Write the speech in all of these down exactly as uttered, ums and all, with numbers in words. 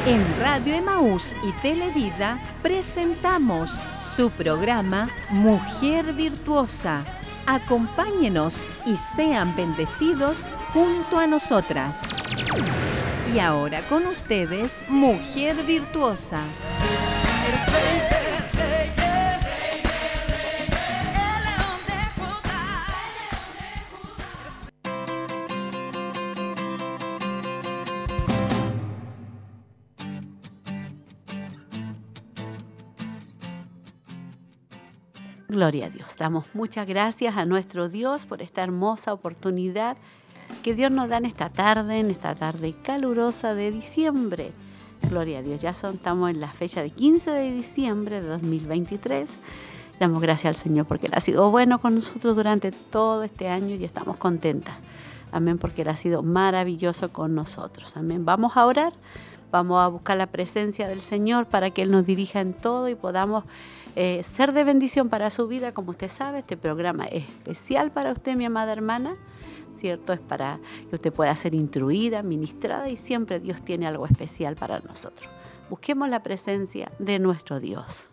En Radio Emaús y Televida presentamos su programa Mujer Virtuosa. Acompáñenos y sean bendecidos junto a nosotras. Y ahora con ustedes, Mujer Virtuosa. Gloria a Dios. Damos muchas gracias a nuestro Dios por esta hermosa oportunidad que Dios nos da en esta tarde, en esta tarde calurosa de diciembre. Gloria a Dios. Ya son, estamos en la fecha de quince de diciembre de dos mil veintitrés. Damos gracias al Señor porque Él ha sido bueno con nosotros durante todo este año y estamos contentas. Amén, porque Él ha sido maravilloso con nosotros. Amén. Vamos a orar, vamos a buscar la presencia del Señor para que Él nos dirija en todo y podamos Eh, ser de bendición para su vida. Como usted sabe, este programa es especial para usted, mi amada hermana, ¿cierto? Es para que usted pueda ser instruida, ministrada, y siempre Dios tiene algo especial para nosotros. Busquemos la presencia de nuestro Dios.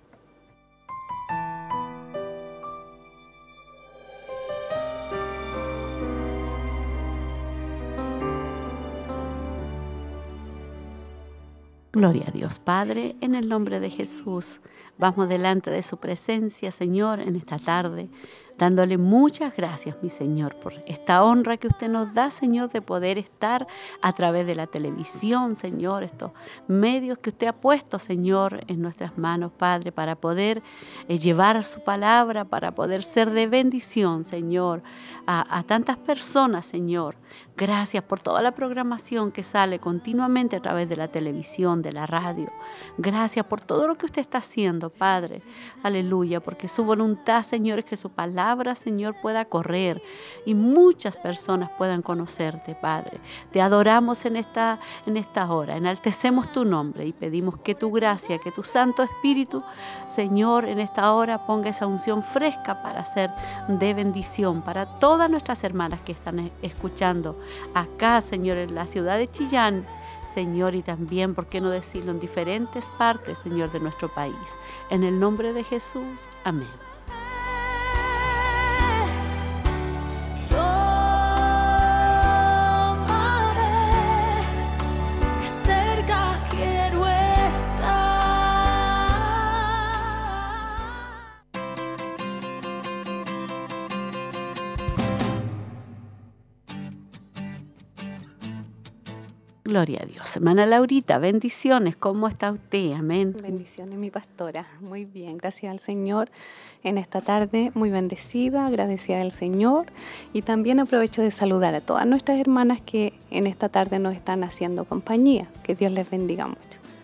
Gloria a Dios, Padre, en el nombre de Jesús. Vamos delante de su presencia, Señor, en esta tarde, dándole muchas gracias, mi Señor, por esta honra que usted nos da, Señor, de poder estar a través de la televisión, Señor, estos medios que usted ha puesto, Señor, en nuestras manos, Padre, para poder eh, llevar su palabra, para poder ser de bendición, Señor, a, a tantas personas, Señor. Gracias por toda la programación que sale continuamente a través de la televisión, de la radio. Gracias por todo lo que usted está haciendo, Padre. Aleluya, porque su voluntad, Señor, es que su palabra, Señor, pueda correr y muchas personas puedan conocerte, Padre. Te adoramos en esta, en esta hora, enaltecemos tu nombre y pedimos que tu gracia, que tu Santo Espíritu, Señor, en esta hora ponga esa unción fresca para ser de bendición para todas nuestras hermanas que están escuchando acá, Señor, en la ciudad de Chillán, Señor, y también, ¿por qué no decirlo?, en diferentes partes, Señor, de nuestro país. En el nombre de Jesús, amén. Gloria a Dios. Hermana Laurita, bendiciones. ¿Cómo está usted? Amén. Bendiciones, mi pastora. Muy bien, gracias al Señor. En esta tarde, muy bendecida, agradecida al Señor. Y también aprovecho de saludar a todas nuestras hermanas que en esta tarde nos están haciendo compañía. Que Dios les bendiga mucho.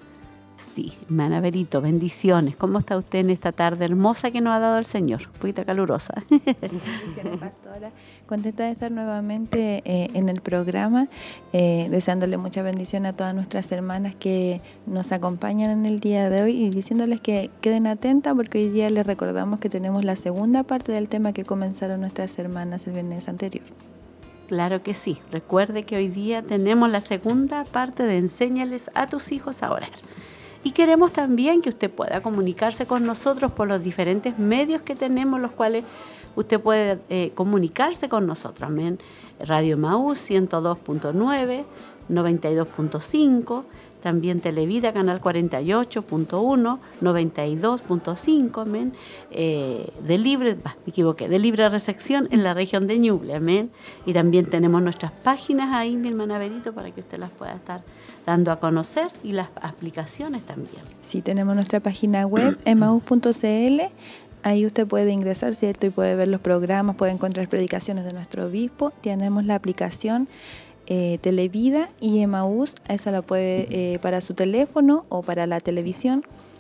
Sí, hermana Berito, bendiciones. ¿Cómo está usted en esta tarde hermosa que nos ha dado el Señor? Un poquito calurosa. Bendiciones, pastora. Contenta de estar nuevamente eh, en el programa, eh, deseándole mucha bendición a todas nuestras hermanas que nos acompañan en el día de hoy y diciéndoles que queden atentas porque hoy día les recordamos que tenemos la segunda parte del tema que comenzaron nuestras hermanas el viernes anterior. Claro que sí. Recuerde que hoy día tenemos la segunda parte de Enséñales a tus hijos a orar. Y queremos también que usted pueda comunicarse con nosotros por los diferentes medios que tenemos, los cuales usted puede eh, comunicarse con nosotros. Amén. Radio Emaús ciento dos punto nueve, noventa y dos punto cinco, también Televida Canal cuarenta y ocho punto uno, noventa y dos punto cinco, amén. Eh, de libre, bah, me equivoqué, de libre recepción en la región de Ñuble, amén. Y también tenemos nuestras páginas ahí, mi hermana Berito, para que usted las pueda estar dando a conocer y las aplicaciones también. Sí, tenemos nuestra página web, emaús punto c l. Ahí usted puede ingresar, ¿cierto? Y puede ver los programas, puede encontrar predicaciones de nuestro obispo. Tenemos la aplicación eh, Televida y Emaús. Esa la puede eh, para su teléfono o para la televisión.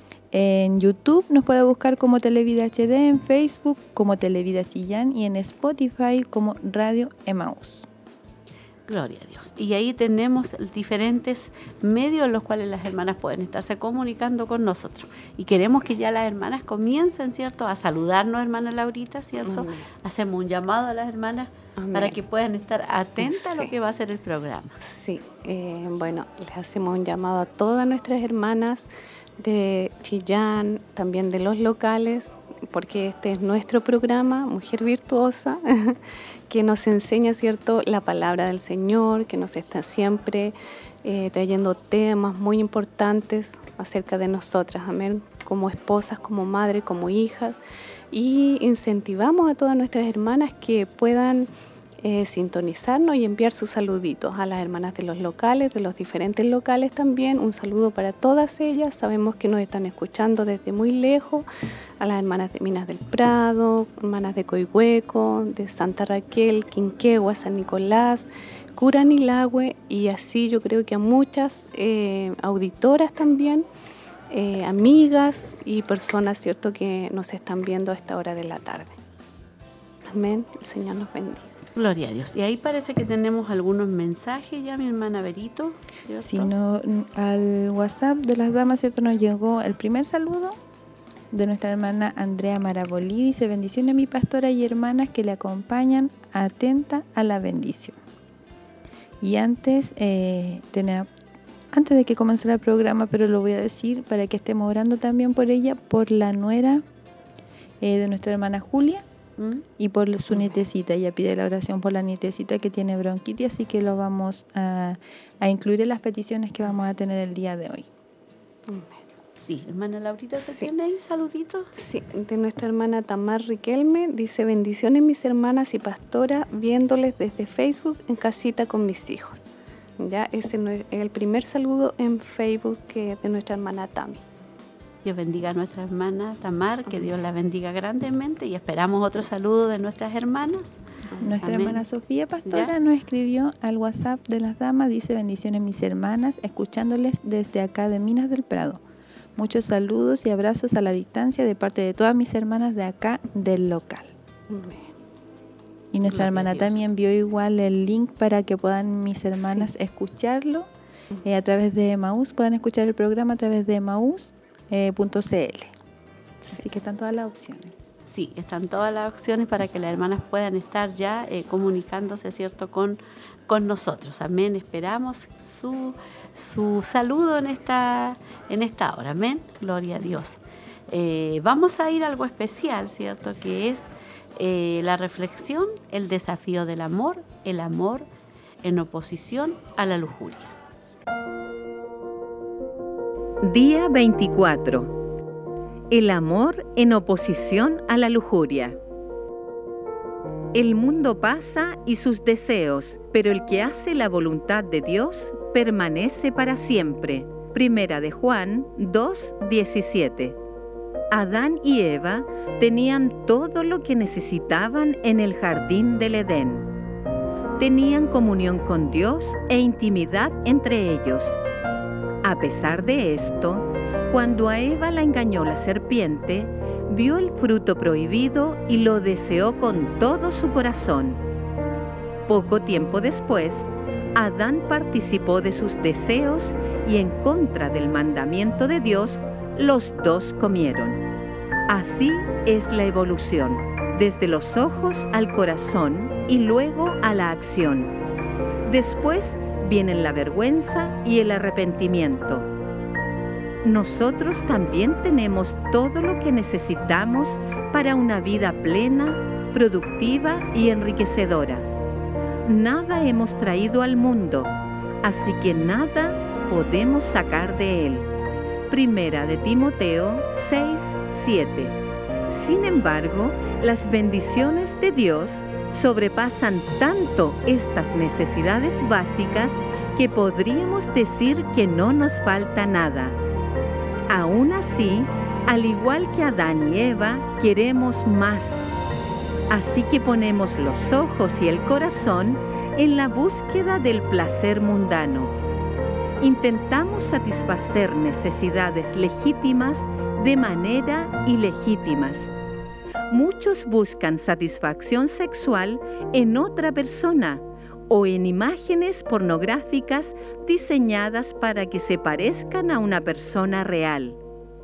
En YouTube nos puede buscar como Televida H D, en Facebook como Televida Chillán y en Spotify como Radio Emaús. Gloria a Dios. Y ahí tenemos diferentes medios en los cuales las hermanas pueden estarse comunicando con nosotros. Y queremos que ya las hermanas comiencen, ¿cierto?, a saludarnos, hermana Laurita, ¿cierto? Amén. Hacemos un llamado a las hermanas Amén. Para que puedan estar atentas sí. a lo que va a ser el programa. Sí, eh, bueno, les hacemos un llamado a todas nuestras hermanas de Chillán, también de los locales, porque este es nuestro programa, Mujer Virtuosa, que nos enseña, ¿cierto?, la palabra del Señor, que nos está siempre eh, trayendo temas muy importantes acerca de nosotras, amén, como esposas, como madres, como hijas, y incentivamos a todas nuestras hermanas que puedan eh, sintonizarnos y enviar sus saluditos a las hermanas de los locales, de los diferentes locales también. Un saludo para todas ellas. Sabemos que nos están escuchando desde muy lejos, a las hermanas de Minas del Prado, hermanas de Coihueco, de Santa Raquel, Quinquegua, San Nicolás, Curanilahue, y así yo creo que a muchas eh, auditoras también, eh, amigas y personas, ¿cierto?, que nos están viendo a esta hora de la tarde. Amén. El Señor nos bendiga. Gloria a Dios. Y ahí parece que tenemos algunos mensajes ya, mi hermana Berito, ¿cierto? Si no, al WhatsApp de las damas, ¿cierto?, nos llegó el primer saludo de nuestra hermana Andrea Marabolí. Dice: bendiciones a mi pastora y hermanas que le acompañan, atenta a la bendición. Y antes, eh, tenía, antes de que comenzara el programa, pero lo voy a decir para que estemos orando también por ella, por la nuera eh, de nuestra hermana Julia, ¿Mm? y por su nietecita. Ella pide la oración por la nietecita que tiene bronquitis, así que lo vamos a, a incluir en las peticiones que vamos a tener el día de hoy. Sí, hermana Laurita, ¿te sí. tiene ahí saluditos? Sí, de nuestra hermana Tamar Riquelme, dice: bendiciones mis hermanas y pastora, viéndoles desde Facebook en casita con mis hijos. Ya, ese es el primer saludo en Facebook que es de nuestra hermana Tami. Dios bendiga a nuestra hermana Tamar, que Dios la bendiga grandemente, y esperamos otro saludo de nuestras hermanas. Nuestra Amén. hermana Sofía Pastora ¿Ya? nos escribió al WhatsApp de las damas, dice: bendiciones mis hermanas, escuchándoles desde acá de Minas del Prado. Muchos saludos y abrazos a la distancia de parte de todas mis hermanas de acá del local. Amén. Y nuestra Gloria hermana a Dios. también envió igual el link para que puedan mis hermanas sí. escucharlo eh, a través de Emaús, puedan escuchar el programa a través de emaús punto c l. Sí. Así que están todas las opciones. Sí, están todas las opciones para que las hermanas puedan estar ya eh, comunicándose, ¿cierto?, con, con nosotros. Amén. Esperamos su, su saludo en esta, en esta hora. Amén. Gloria a Dios. Eh, vamos a ir a algo especial, ¿cierto?, que es eh, la reflexión, el desafío del amor, el amor en oposición a la lujuria. Día veinticuatro. El amor en oposición a la lujuria. El mundo pasa y sus deseos, pero el que hace la voluntad de Dios permanece para siempre. Primera de Juan dos diecisiete. Adán y Eva tenían todo lo que necesitaban en el jardín del Edén. Tenían comunión con Dios e intimidad entre ellos. A pesar de esto, cuando a Eva la engañó la serpiente, vio el fruto prohibido y lo deseó con todo su corazón. Poco tiempo después, Adán participó de sus deseos y en contra del mandamiento de Dios, los dos comieron. Así es la evolución, desde los ojos al corazón y luego a la acción. Después vienen la vergüenza y el arrepentimiento. Nosotros también tenemos todo lo que necesitamos para una vida plena, productiva y enriquecedora. Nada hemos traído al mundo, así que nada podemos sacar de él. Primera de Timoteo seis siete. Sin embargo, las bendiciones de Dios sobrepasan tanto estas necesidades básicas que podríamos decir que no nos falta nada. Aún así, al igual que Adán y Eva, queremos más. Así que ponemos los ojos y el corazón en la búsqueda del placer mundano. Intentamos satisfacer necesidades legítimas de manera ilegítimas. Muchos buscan satisfacción sexual en otra persona o en imágenes pornográficas diseñadas para que se parezcan a una persona real.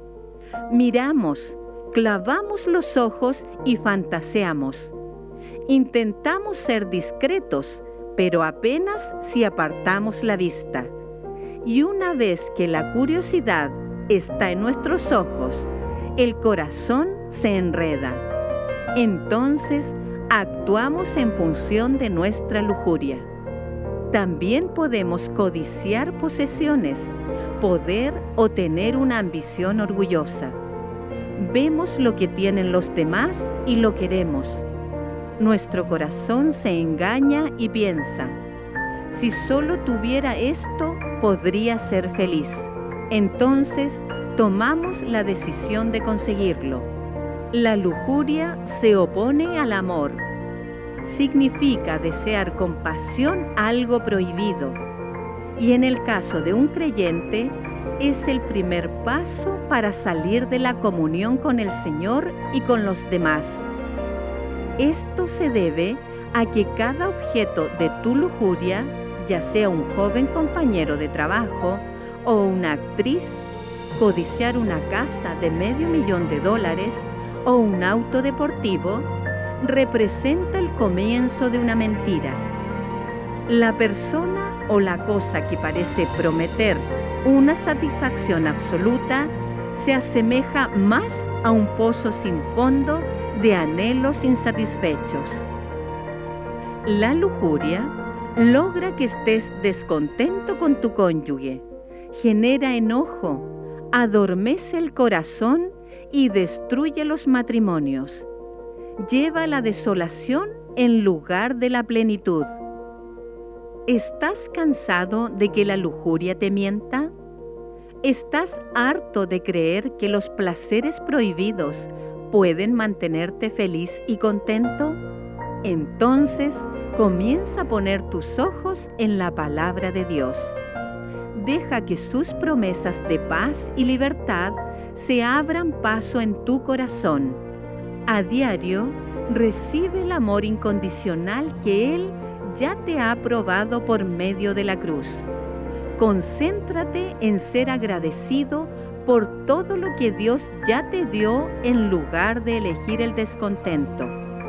Miramos, clavamos los ojos y fantaseamos. Intentamos ser discretos, pero apenas si apartamos la vista. Y una vez que la curiosidad está en nuestros ojos, el corazón se enreda. Entonces, actuamos en función de nuestra lujuria. También podemos codiciar posesiones, poder o tener una ambición orgullosa. Vemos lo que tienen los demás y lo queremos. Nuestro corazón se engaña y piensa: si solo tuviera esto, podría ser feliz. Entonces, tomamos la decisión de conseguirlo. La lujuria se opone al amor. Significa desear con pasión algo prohibido. Y en el caso de un creyente, es el primer paso para salir de la comunión con el Señor y con los demás. Esto se debe a que cada objeto de tu lujuria, ya sea un joven compañero de trabajo o una actriz, codiciar una casa de medio millón de dólares o un auto deportivo, representa el comienzo de una mentira. La persona o la cosa que parece prometer una satisfacción absoluta se asemeja más a un pozo sin fondo de anhelos insatisfechos. La lujuria logra que estés descontento con tu cónyuge, genera enojo, adormece el corazón y destruye los matrimonios. Lleva la desolación en lugar de la plenitud. ¿Estás cansado de que la lujuria te mienta? ¿Estás harto de creer que los placeres prohibidos pueden mantenerte feliz y contento? Entonces, comienza a poner tus ojos en la palabra de Dios. Deja que sus promesas de paz y libertad se abran paso en tu corazón. A diario, recibe el amor incondicional que Él ya te ha probado por medio de la cruz. Concéntrate en ser agradecido por todo lo que Dios ya te dio en lugar de elegir el descontento.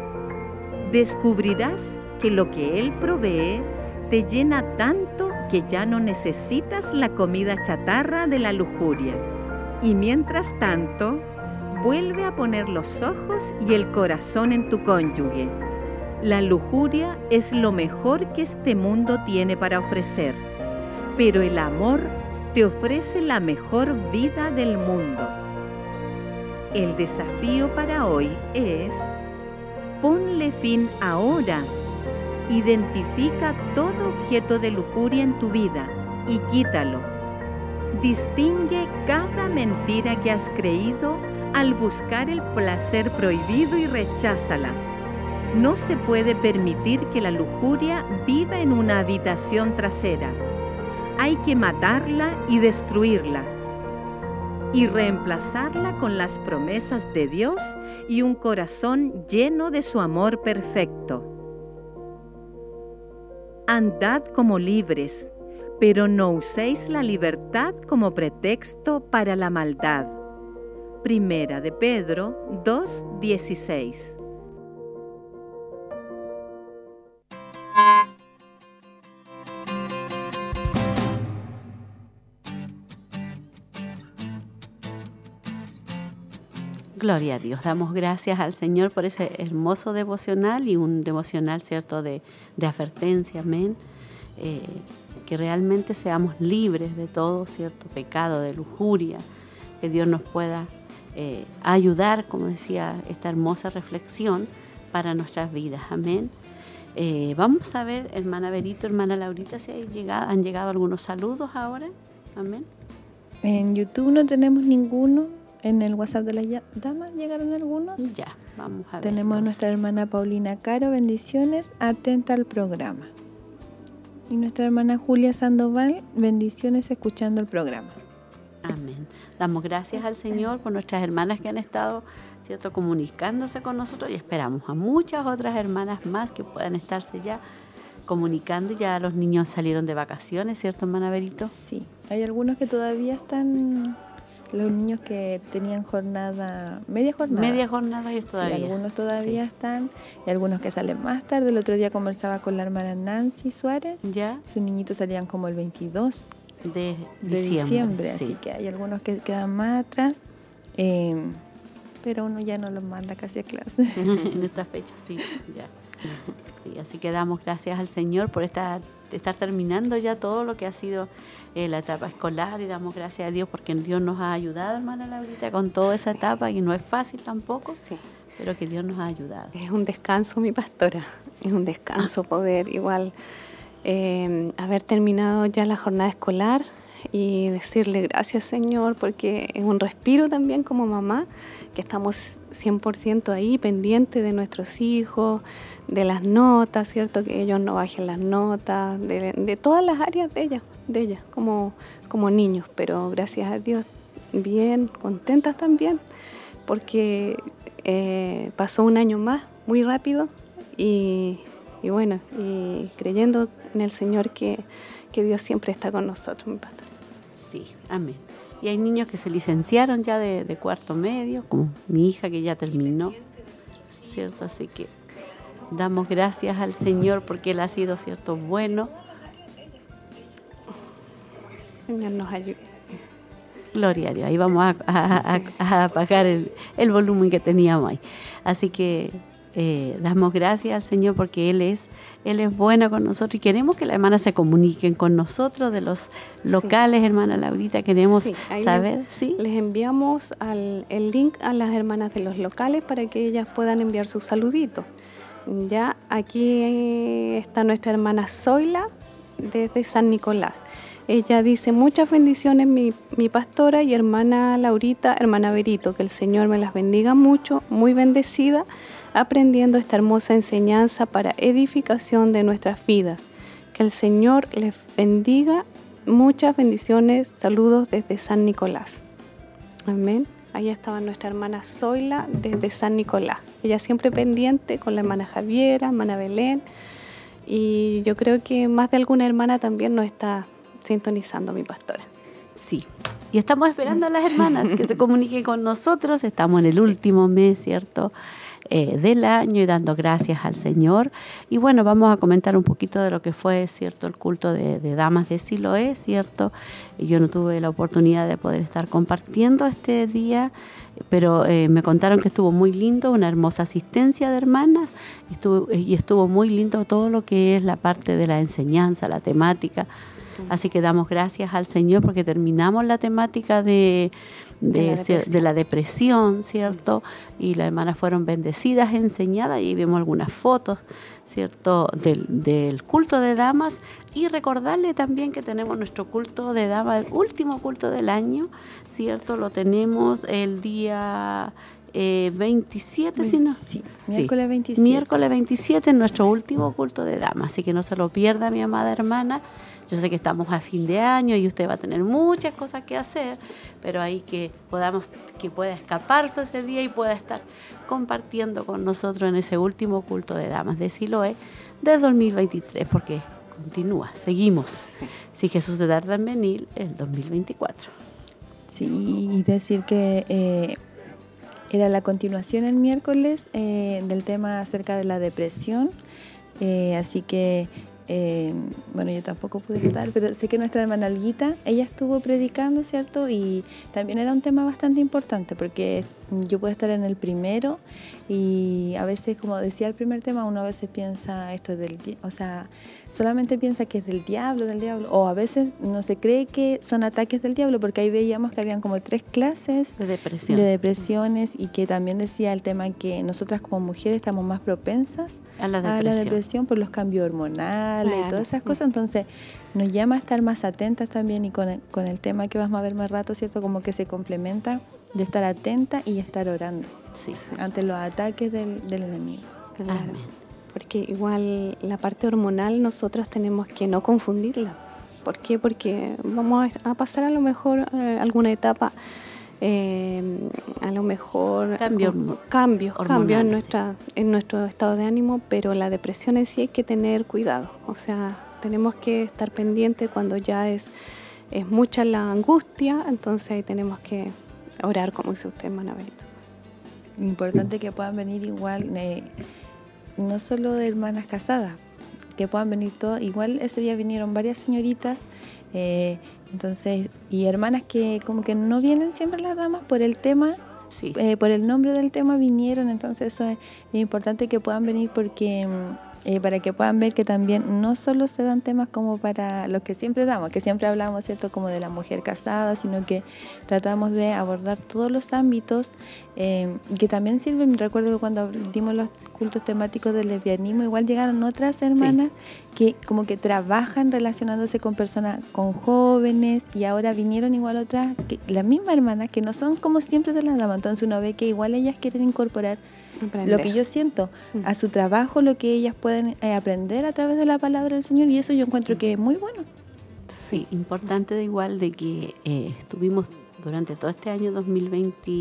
Descubrirás que lo que Él provee te llena tanto que ya no necesitas la comida chatarra de la lujuria. Y mientras tanto, vuelve a poner los ojos y el corazón en tu cónyuge. La lujuria es lo mejor que este mundo tiene para ofrecer, pero el amor te ofrece la mejor vida del mundo. El desafío para hoy es: ponle fin ahora. Identifica todo objeto de lujuria en tu vida y quítalo. Distingue cada mentira que has creído al buscar el placer prohibido y recházala. No se puede permitir que la lujuria viva en una habitación trasera. Hay que matarla y destruirla, y reemplazarla con las promesas de Dios y un corazón lleno de su amor perfecto. Andad como libres, pero no uséis la libertad como pretexto para la maldad. Primera de Pedro dos dieciséis. Gloria a Dios. Damos gracias al Señor por ese hermoso devocional y un devocional, ¿cierto?, de, de advertencia, amén. Eh, que realmente seamos libres de todo, ¿cierto?, pecado, de lujuria. Que Dios nos pueda eh, ayudar, como decía esta hermosa reflexión, para nuestras vidas, amén. Eh, vamos a ver, hermana Berito, hermana Laurita, si hay llegado, han llegado algunos saludos ahora, amén. En YouTube no tenemos ninguno. En el WhatsApp de las damas llegaron algunos. Ya, vamos a ver. Tenemos a nuestra hermana Paulina Caro, bendiciones, atenta al programa. Y nuestra hermana Julia Sandoval, bendiciones, escuchando el programa. Amén. Damos gracias al Señor por nuestras hermanas que han estado, ¿cierto?, comunicándose con nosotros, y esperamos a muchas otras hermanas más que puedan estarse ya comunicando. Ya los niños salieron de vacaciones, ¿cierto, hermana Berito? Sí, hay algunos que todavía están, los niños que tenían jornada, media jornada. Media jornada ellos todavía. Sí, algunos todavía sí. están, y algunos que salen más tarde. El otro día conversaba con la hermana Nancy Suárez. ¿Ya? Sus niñitos salían como el veintidós de diciembre. De diciembre sí. Así que hay algunos que quedan más atrás. Eh, pero uno ya no los manda casi a clase. En esta fecha, sí, ya. Sí, así que damos gracias al Señor por esta, estar terminando ya todo lo que ha sido eh, la etapa escolar, y damos gracias a Dios porque Dios nos ha ayudado, hermana Laurita, con toda esa etapa, y no es fácil tampoco, Sí. pero que Dios nos ha ayudado. Es un descanso, mi pastora, es un descanso poder igual eh, haber terminado ya la jornada escolar y decirle gracias, Señor, porque es un respiro también como mamá, que estamos cien por ciento ahí pendientes de nuestros hijos, de las notas, ¿cierto? Que ellos no bajen las notas, de, de todas las áreas de ellas, de ellas como, como niños, pero gracias a Dios bien, contentas también, porque eh, pasó un año más muy rápido y, y bueno, y creyendo en el Señor que, que Dios siempre está con nosotros, mi pastor. Sí, amén. Y hay niños que se licenciaron ya de, de cuarto medio, como mi hija que ya terminó, ¿cierto? Así que damos gracias al Señor porque Él ha sido, ¿cierto?, bueno. Señor nos ayude. Gloria a Dios. Ahí vamos a, a, Sí. a, a apagar el, el volumen que teníamos ahí. Así que eh, damos gracias al Señor porque Él es, Él es bueno con nosotros, y queremos que las hermanas se comuniquen con nosotros de los locales, sí. Hermana Laurita, queremos sí, saber. Les, ¿sí? les enviamos al, el link a las hermanas de los locales para que ellas puedan enviar sus saluditos. Ya aquí está nuestra hermana Zoila desde San Nicolás. Ella dice: muchas bendiciones, mi, mi pastora y hermana Laurita, hermana Berito, que el Señor me las bendiga mucho, muy bendecida, aprendiendo esta hermosa enseñanza para edificación de nuestras vidas. Que el Señor les bendiga, muchas bendiciones, saludos desde San Nicolás. Amén. Ahí estaba nuestra hermana Zoila desde San Nicolás. Ella siempre pendiente con la hermana Javiera, hermana Belén, y yo creo que más de alguna hermana también nos está sintonizando, mi pastora. Sí, y estamos esperando a las hermanas que se comuniquen con nosotros. Estamos en el último mes, ¿cierto?, eh, del año, y dando gracias al Señor. Y bueno, vamos a comentar un poquito de lo que fue, ¿cierto?, el culto de, de Damas de Siloé, ¿cierto? Yo no tuve la oportunidad de poder estar compartiendo este día, pero eh, me contaron que estuvo muy lindo, una hermosa asistencia de hermanas, y estuvo, y estuvo muy lindo todo lo que es la parte de la enseñanza, la temática. Así que damos gracias al Señor porque terminamos la temática de, de, de, la, depresión. de la depresión, ¿cierto? Y las hermanas fueron bendecidas, enseñadas, y vimos algunas fotos, ¿cierto?, del, del culto de damas. Y recordarle también que tenemos nuestro culto de damas, el último culto del año, ¿cierto? Lo tenemos el día eh, veintisiete, si no. Sí, miércoles sí. veintisiete. Miércoles veintisiete, nuestro último culto de damas. Así que no se lo pierda, mi amada hermana. Yo sé que estamos a fin de año y usted va a tener muchas cosas que hacer, pero ahí que podamos, que pueda escaparse ese día y pueda estar compartiendo con nosotros en ese último culto de Damas de Siloé del dos mil veintitrés, porque continúa, seguimos. Sí. Si Jesús se tarda en venir, el dos mil veinticuatro. Sí, y decir que eh, era la continuación el miércoles eh, del tema acerca de la depresión, eh, así que Eh, bueno, yo tampoco pude estar, pero sé que nuestra hermana Olguita, ella estuvo predicando, ¿cierto? Y también era un tema bastante importante porque yo pude estar en el primero, y a veces, como decía el primer tema, uno a veces piensa esto es del, o sea, solamente piensa que es del diablo, del diablo, o a veces no se cree que son ataques del diablo, porque ahí veíamos que habían como tres clases de, depresión. de depresiones, y que también decía el tema que nosotras como mujeres estamos más propensas a la depresión, a la depresión por los cambios hormonales, claro, y todas esas cosas. Entonces nos llama a estar más atentas también, y con el, con el tema que vamos a ver más rato, ¿cierto? Como que se complementa, de estar atenta y estar orando, sí, ante los ataques del, del enemigo. Claro. Amén. Porque igual la parte hormonal nosotras tenemos que no confundirla. ¿Por qué? Porque vamos a pasar a lo mejor eh, alguna etapa eh, a lo mejor Cambios, con, cambios, cambios en, nuestra, sí. en nuestro estado de ánimo, pero la depresión en sí hay que tener cuidado. O sea, tenemos que estar pendientes cuando ya es, es mucha la angustia, entonces ahí tenemos que orar, como dice usted, hermana Benito. Importante que puedan venir igual, eh, no solo hermanas casadas, que puedan venir todas. Igual ese día vinieron varias señoritas, eh, entonces, y hermanas que como que no vienen siempre las damas por el tema, Sí. eh, por el nombre del tema vinieron, entonces eso es, es importante que puedan venir porque eh, para que puedan ver que también no solo se dan temas como para los que siempre damos, que siempre hablamos, ¿cierto?, como de la mujer casada, sino que tratamos de abordar todos los ámbitos eh, que también sirven. Recuerdo que cuando dimos los cultos temáticos del lesbianismo, igual llegaron otras hermanas sí. que como que trabajan relacionándose con personas, con jóvenes, y ahora vinieron igual otras, que, la misma hermana, que no son como siempre de las damas, entonces uno ve que igual ellas quieren incorporar aprender. Lo que yo siento a su trabajo, lo que ellas pueden eh, aprender a través de la palabra del Señor, y eso yo encuentro que es muy bueno. Sí, importante de igual de que eh, estuvimos durante todo este año dos mil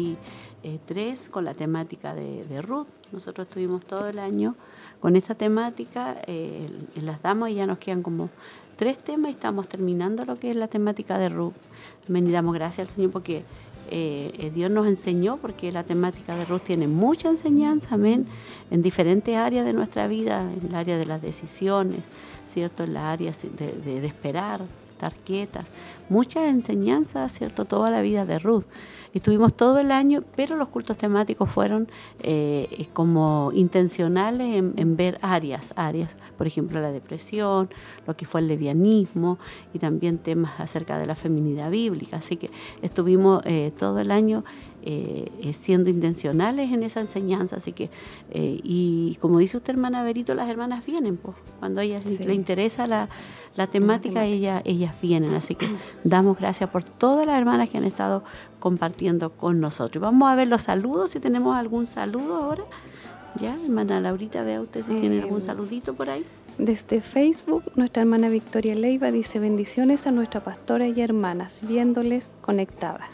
veintitrés con la temática de, de Ruth. Nosotros estuvimos todo el año con esta temática, eh, en las damas, y ya nos quedan como tres temas y estamos terminando lo que es la temática de Ruth. También damos gracias al Señor porque eh, Dios nos enseñó, porque la temática de Ruth tiene mucha enseñanza, amén, en diferentes áreas de nuestra vida, en el área de las decisiones, ¿cierto?, en la área de, de, de esperar, estar quietas, muchas enseñanzas, ¿cierto?, toda la vida de Ruth. Estuvimos todo el año, pero los cultos temáticos fueron eh, como intencionales en, en ver áreas, áreas, por ejemplo, la depresión, lo que fue el lesbianismo y también temas acerca de la feminidad bíblica. Así que estuvimos eh, todo el año eh, siendo intencionales en esa enseñanza. Así que, eh, y como dice usted, hermana Berito, las hermanas vienen, pues, cuando a ellas sí. les interesa la, la temática, la temática. Ellas, ellas vienen. Así que damos gracias por todas las hermanas que han estado compartiendo con nosotros. Vamos a ver los saludos, si tenemos algún saludo ahora. Ya, hermana Laurita, vea usted si eh, tiene algún saludito por ahí. Desde Facebook, nuestra hermana Victoria Leiva dice: bendiciones a nuestra pastora y hermanas, viéndoles conectadas.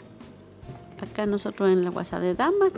Acá nosotros en la WhatsApp de Damas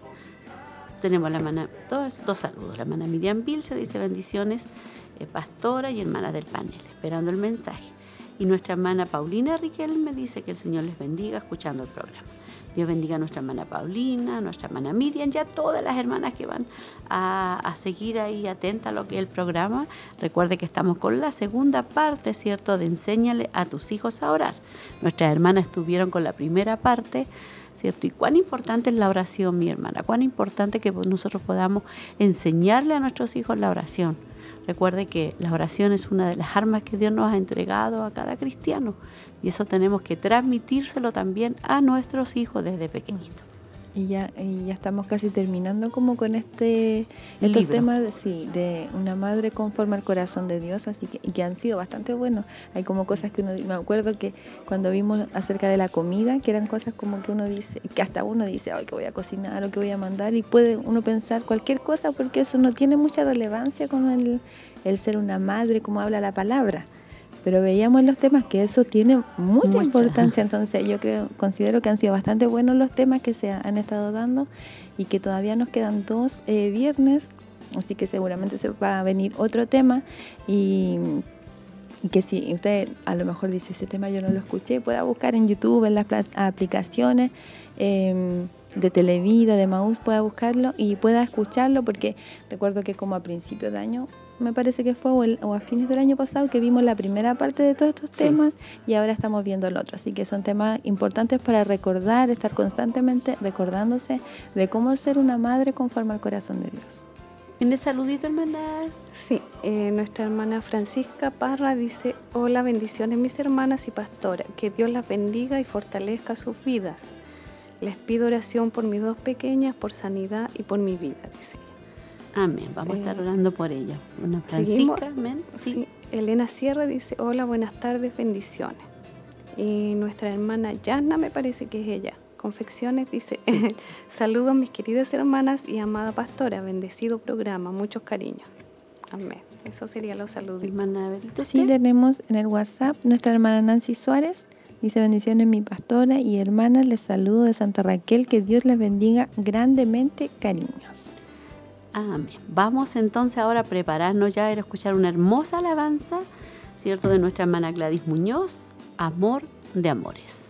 tenemos la hermana, dos, dos saludos. La hermana Miriam Vilce dice: bendiciones, eh, pastora y hermana del panel, esperando el mensaje. Y nuestra hermana Paulina Riquelme dice que el Señor les bendiga escuchando el programa. Dios bendiga a nuestra hermana Paulina, a nuestra hermana Miriam, ya todas las hermanas que van a, a seguir ahí atentas a lo que es el programa. Recuerde que estamos con la segunda parte, ¿cierto?, de Enséñale a tus hijos a orar. Nuestras hermanas estuvieron con la primera parte, ¿cierto? Y cuán importante es la oración, mi hermana, cuán importante que nosotros podamos enseñarle a nuestros hijos la oración. Recuerde que la oración es una de las armas que Dios nos ha entregado a cada cristiano, y eso tenemos que transmitírselo también a nuestros hijos desde pequeñitos. Y ya, y ya estamos casi terminando como con este estos libro. temas de, sí, de una madre conforme al corazón de Dios, así que, y que han sido bastante buenos. Hay como cosas que uno, me acuerdo que cuando vimos acerca de la comida, que eran cosas como que uno dice, que hasta uno dice, ay, que voy a cocinar o que voy a mandar, y puede uno pensar cualquier cosa, porque eso no tiene mucha relevancia con el, el ser una madre, como habla la palabra. Pero veíamos en los temas que eso tiene mucha Muchas. importancia, entonces yo creo, considero que han sido bastante buenos los temas que se han estado dando, y que todavía nos quedan dos eh, viernes, así que seguramente se va a venir otro tema, y, y que si usted a lo mejor dice, ese tema yo no lo escuché, pueda buscar en YouTube, en las aplicaciones eh, de Televida, de Maús, pueda buscarlo y pueda escucharlo, porque recuerdo que como a principios de año, me parece que fue, o, el, o a fines del año pasado, que vimos la primera parte de todos estos sí. temas, y ahora estamos viendo el otro. Así que son temas importantes para recordar, estar constantemente recordándose de cómo ser una madre conforme al corazón de Dios. ¿Tienes saludito, hermana? Sí, eh, nuestra hermana Francisca Parra dice: hola, bendiciones mis hermanas y pastora, que Dios las bendiga y fortalezca sus vidas. Les pido oración por mis dos pequeñas, por sanidad y por mi vida, dice ella. Amén, vamos eh, a estar orando por ella. Una Francisca, amén. Sí. Sí. Elena Sierra dice: hola, buenas tardes, bendiciones. Y nuestra hermana Yana, me parece que es ella, Confecciones, dice: sí. saludos mis queridas hermanas y amada pastora, bendecido programa, muchos cariños. Amén. Eso sería los saludos. Hermana Berito, sí, tenemos en el WhatsApp nuestra hermana Nancy Suárez, Dice: bendiciones mi pastora y hermana, les saludo de Santa Raquel, que Dios les bendiga grandemente, cariños. Amén. Vamos entonces ahora a prepararnos ya a ir a escuchar una hermosa alabanza, ¿cierto?, de nuestra hermana Gladys Muñoz, Amor de Amores.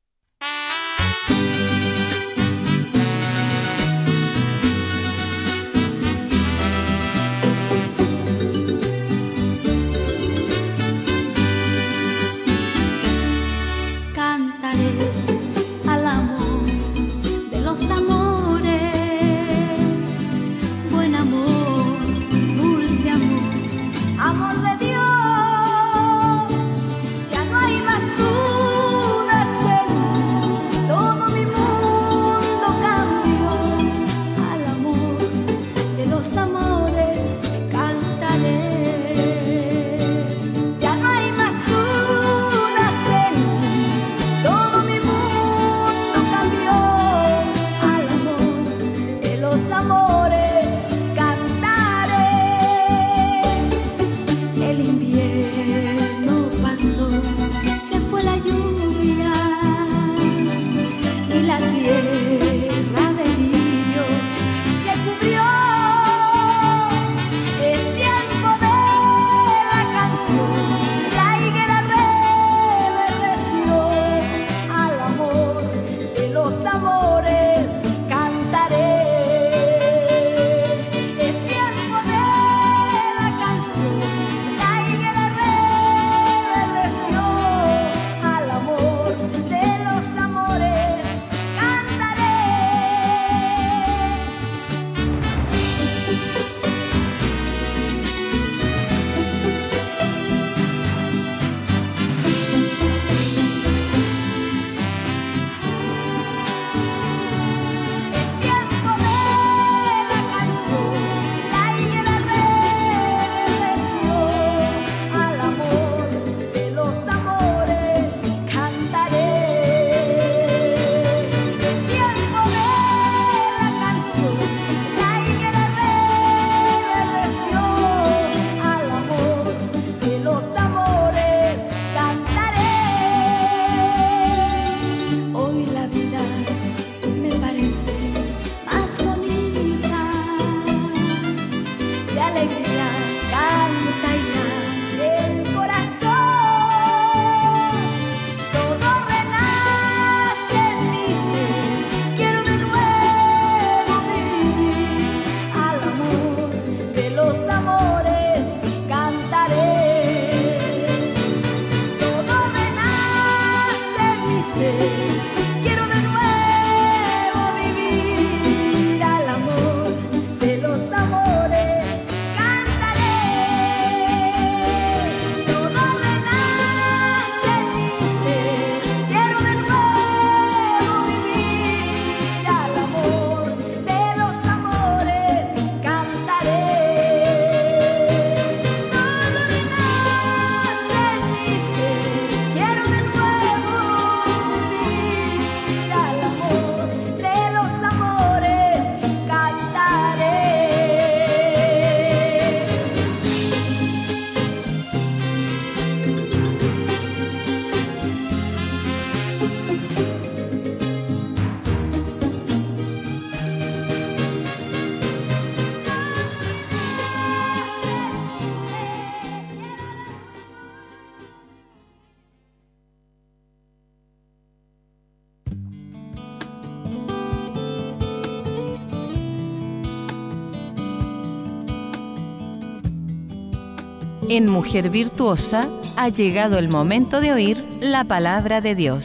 En Mujer Virtuosa ha llegado el momento de oír la palabra de Dios.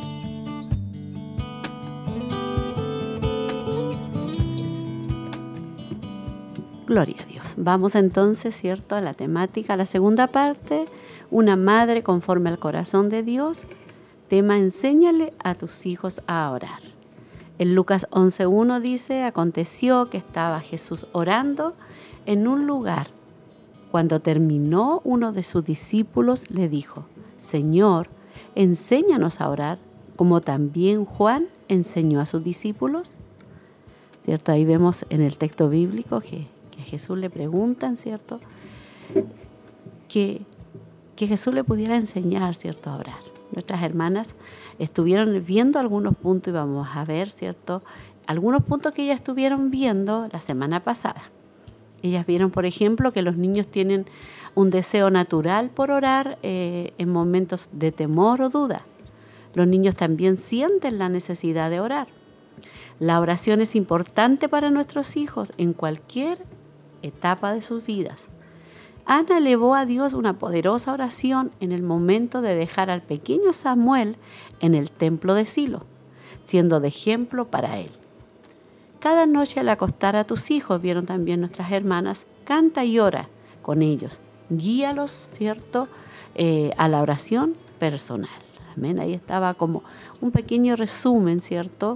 Gloria a Dios. Vamos entonces, ¿cierto?, a la temática, a la segunda parte, una madre conforme al corazón de Dios. Tema: enséñale a tus hijos a orar. En Lucas once uno dice: aconteció que estaba Jesús orando en un lugar. Cuando terminó, uno de sus discípulos le dijo: Señor, enséñanos a orar, como también Juan enseñó a sus discípulos. ¿Cierto? Ahí vemos en el texto bíblico que, que a Jesús le preguntan, ¿cierto?, que, que Jesús le pudiera enseñar, ¿cierto?, a orar, nuestras hermanas estuvieron viendo algunos puntos y vamos a ver, ¿cierto?, algunos puntos que ellas estuvieron viendo la semana pasada. Ellas vieron, por ejemplo, que los niños tienen un deseo natural por orar eh, en momentos de temor o duda. Los niños también sienten la necesidad de orar. La oración es importante para nuestros hijos en cualquier etapa de sus vidas. Ana elevó a Dios una poderosa oración en el momento de dejar al pequeño Samuel en el templo de Silo, siendo de ejemplo para él. Cada noche al acostar a tus hijos, vieron también nuestras hermanas, canta y ora con ellos. Guíalos, ¿cierto?, eh, a la oración personal. Amén. Ahí estaba como un pequeño resumen, ¿cierto?,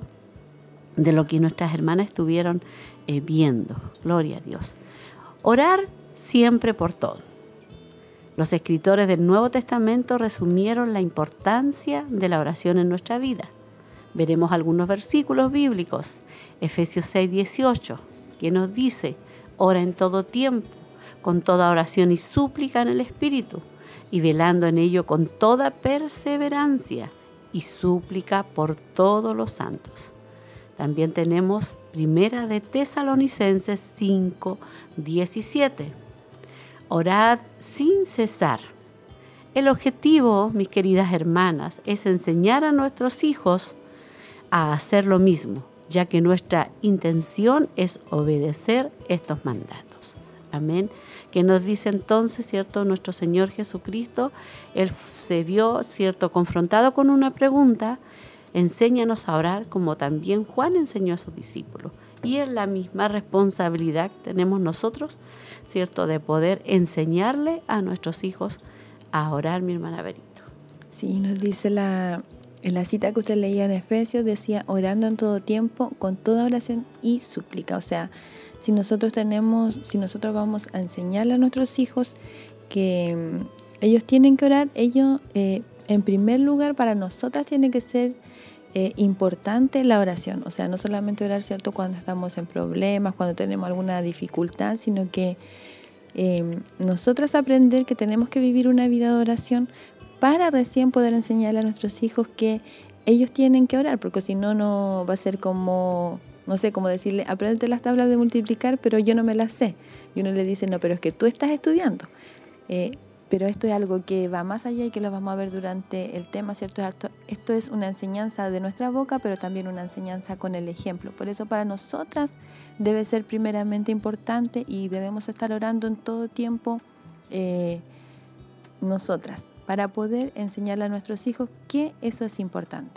de lo que nuestras hermanas estuvieron eh, viendo. Gloria a Dios. Orar siempre por todo. Los escritores del Nuevo Testamento resumieron la importancia de la oración en nuestra vida. Veremos algunos versículos bíblicos. Efesios seis, dieciocho, que nos dice: ora en todo tiempo, con toda oración y súplica en el Espíritu, y velando en ello con toda perseverancia y súplica por todos los santos. También tenemos Primera de Tesalonicenses cinco, diecisiete. Orad sin cesar. El objetivo, mis queridas hermanas, es enseñar a nuestros hijos a hacer lo mismo, ya que nuestra intención es obedecer estos mandatos. Amén. Que nos dice entonces, ¿cierto?, nuestro Señor Jesucristo. Él se vio, ¿cierto?, confrontado con una pregunta: enséñanos a orar como también Juan enseñó a sus discípulos. Y es la misma responsabilidad que tenemos nosotros, ¿cierto?, de poder enseñarle a nuestros hijos a orar, mi hermana Berito. Sí, nos dice la, en la cita que usted leía en Efesios, decía: orando en todo tiempo, con toda oración y súplica. O sea, si nosotros tenemos, si nosotros vamos a enseñarle a nuestros hijos que um, ellos tienen que orar, ellos, eh, en primer lugar, para nosotras tiene que ser eh, importante la oración. O sea, no solamente orar, ¿cierto?, cuando estamos en problemas, cuando tenemos alguna dificultad, sino que eh, nosotras aprender que tenemos que vivir una vida de oración para recién poder enseñarle a nuestros hijos que ellos tienen que orar, porque si no, no va a ser como, no sé, como decirle: apréndete las tablas de multiplicar, pero yo no me las sé. Y uno le dice: no, pero es que tú estás estudiando. Eh, pero esto es algo que va más allá y que lo vamos a ver durante el tema, ¿cierto? Esto, esto es una enseñanza de nuestra boca, pero también una enseñanza con el ejemplo. Por eso para nosotras debe ser primeramente importante y debemos estar orando en todo tiempo eh, nosotras, para poder enseñarle a nuestros hijos que eso es importante.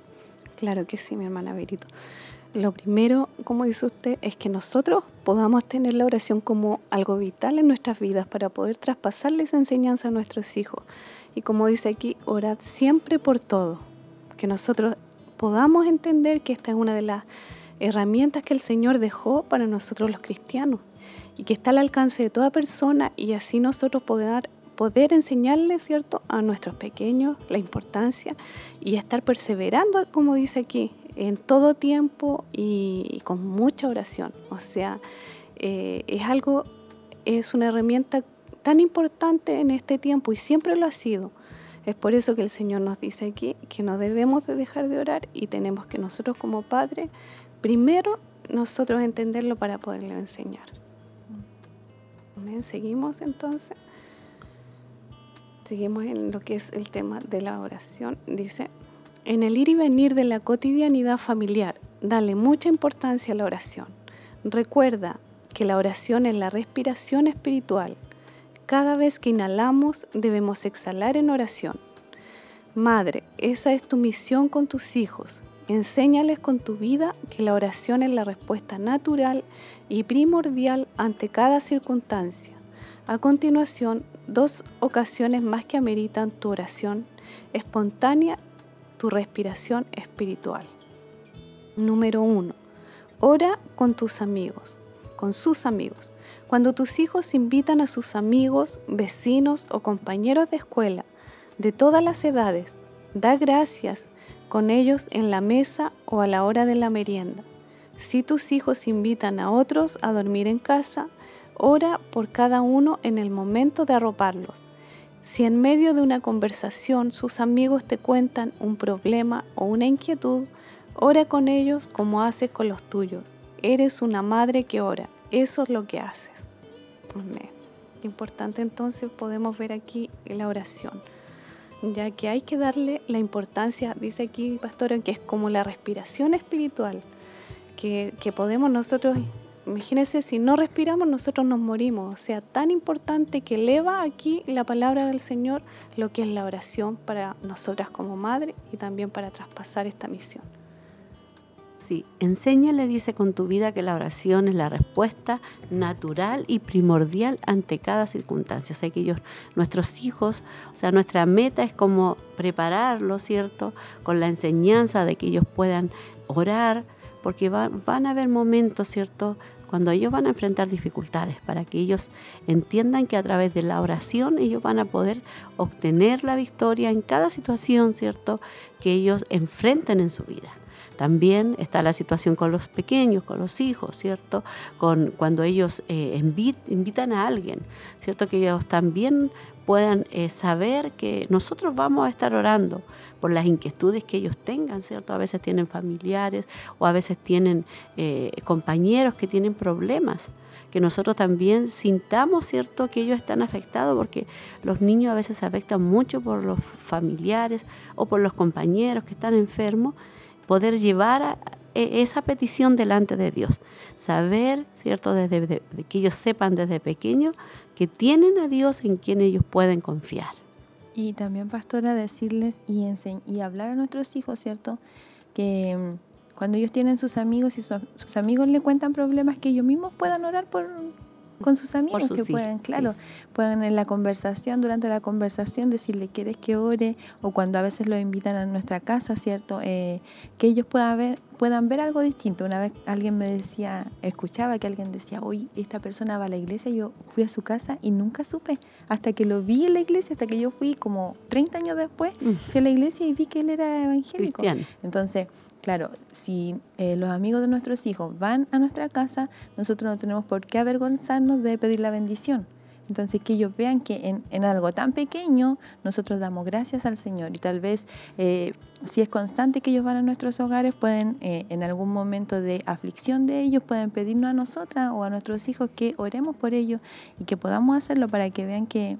Claro que sí, mi hermana Berito. Lo primero, como dice usted, es que nosotros podamos tener la oración como algo vital en nuestras vidas para poder traspasarle esa enseñanza a nuestros hijos. Y como dice aquí, orad siempre por todo. Que nosotros podamos entender que esta es una de las herramientas que el Señor dejó para nosotros los cristianos y que está al alcance de toda persona, y así nosotros poder, poder enseñarles, ¿cierto?, a nuestros pequeños la importancia y estar perseverando, como dice aquí, en todo tiempo y, y con mucha oración. O sea, eh, es algo, es una herramienta tan importante en este tiempo y siempre lo ha sido. Es por eso que el Señor nos dice aquí que no debemos de dejar de orar y tenemos que nosotros como padres, primero nosotros entenderlo para poderlo enseñar. Amén. Seguimos entonces. Seguimos en lo que es el tema de la oración. Dice: en el ir y venir de la cotidianidad familiar, dale mucha importancia a la oración. Recuerda que la oración es la respiración espiritual. Cada vez que inhalamos, debemos exhalar en oración. Madre, esa es tu misión con tus hijos. Enséñales con tu vida que la oración es la respuesta natural y primordial ante cada circunstancia. A continuación, dos ocasiones más que ameritan tu oración espontánea, tu respiración espiritual. Número uno. Ora con tus amigos, con sus amigos. Cuando tus hijos invitan a sus amigos, vecinos o compañeros de escuela de todas las edades, da gracias con ellos en la mesa o a la hora de la merienda. Si tus hijos invitan a otros a dormir en casa, ora por cada uno en el momento de arroparlos. Si en medio de una conversación sus amigos te cuentan un problema o una inquietud, ora con ellos como haces con los tuyos. Eres una madre que ora. Eso es lo que haces. Amén. Importante entonces podemos ver aquí la oración, ya que hay que darle la importancia, dice aquí Pastora, que es como la respiración espiritual, que, que podemos nosotros, imagínense, si no respiramos nosotros nos morimos. O sea, tan importante que eleva aquí la palabra del Señor lo que es la oración para nosotras como madre y también para traspasar esta misión. Sí, enséñale, dice, con tu vida que la oración es la respuesta natural y primordial ante cada circunstancia. O sea, que ellos, nuestros hijos, o sea, nuestra meta es como prepararlos, ¿cierto? Con la enseñanza de que ellos puedan orar, porque van, van a haber momentos, ¿cierto?, cuando ellos van a enfrentar dificultades, para que ellos entiendan que a través de la oración ellos van a poder obtener la victoria en cada situación, ¿cierto?, que ellos enfrenten en su vida. También está la situación con los pequeños, con los hijos, ¿cierto? Con, cuando ellos eh, invit, invitan a alguien, ¿cierto? Que ellos también puedan eh, saber que nosotros vamos a estar orando por las inquietudes que ellos tengan, ¿cierto? A veces tienen familiares o a veces tienen eh, compañeros que tienen problemas, que nosotros también sintamos, ¿cierto?, que ellos están afectados, porque los niños a veces se afectan mucho por los familiares o por los compañeros que están enfermos. Poder llevar a esa petición delante de Dios, saber, ¿cierto?, desde, de, de que ellos sepan desde pequeños que tienen a Dios en quien ellos pueden confiar. Y también, Pastora, decirles y, ense- y hablar a nuestros hijos, ¿cierto?, que um, cuando ellos tienen sus amigos y su, sus amigos le cuentan problemas, que ellos mismos puedan orar por con sus amigos, sus que hijos, puedan, claro, sí. puedan en la conversación, durante la conversación, decirle, ¿quieres que ore? O cuando a veces los invitan a nuestra casa, ¿cierto? Eh, que ellos puedan ver, puedan ver algo distinto. Una vez alguien me decía, escuchaba que alguien decía, oye, esta persona va a la iglesia, yo fui a su casa y nunca supe, hasta que lo vi en la iglesia, hasta que yo fui como treinta años después, mm. fui a la iglesia y vi que él era evangélico. Cristiano. Entonces, claro, si eh, los amigos de nuestros hijos van a nuestra casa, nosotros no tenemos por qué avergonzarnos de pedir la bendición. Entonces, que ellos vean que en, en algo tan pequeño nosotros damos gracias al Señor. Y tal vez, eh, si es constante que ellos van a nuestros hogares, pueden, eh, en algún momento de aflicción de ellos, pueden pedirnos a nosotras o a nuestros hijos que oremos por ellos y que podamos hacerlo para que vean que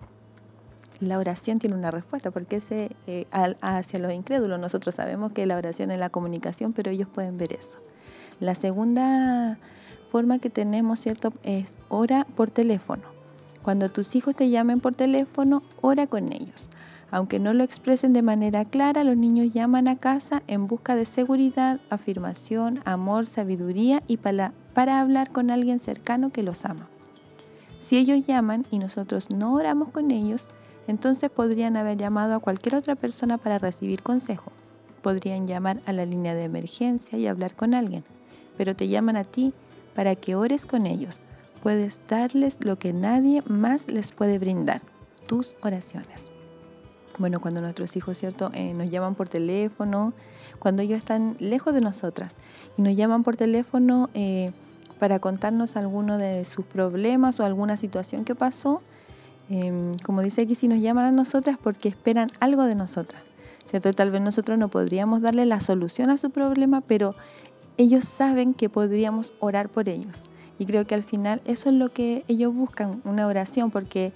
la oración tiene una respuesta, porque ese, eh, hacia los incrédulos nosotros sabemos que la oración es la comunicación, pero ellos pueden ver eso. La segunda forma que tenemos, ¿cierto?, es ora por teléfono. Cuando tus hijos te llamen por teléfono, ora con ellos. Aunque no lo expresen de manera clara, los niños llaman a casa en busca de seguridad, afirmación, amor, sabiduría y para, para hablar con alguien cercano que los ama. Si ellos llaman y nosotros no oramos con ellos, entonces podrían haber llamado a cualquier otra persona para recibir consejo. Podrían llamar a la línea de emergencia y hablar con alguien, pero te llaman a ti para que ores con ellos. Puedes darles lo que nadie más les puede brindar, tus oraciones. Bueno, cuando nuestros hijos, ¿cierto?, eh, nos llaman por teléfono, cuando ellos están lejos de nosotras y nos llaman por teléfono eh, para contarnos alguno de sus problemas o alguna situación que pasó, Eh, como dice aquí, si nos llaman a nosotras porque esperan algo de nosotras, ¿cierto? Tal vez nosotros no podríamos darle la solución a su problema, pero ellos saben que podríamos orar por ellos. Y creo que al final eso es lo que ellos buscan, una oración, porque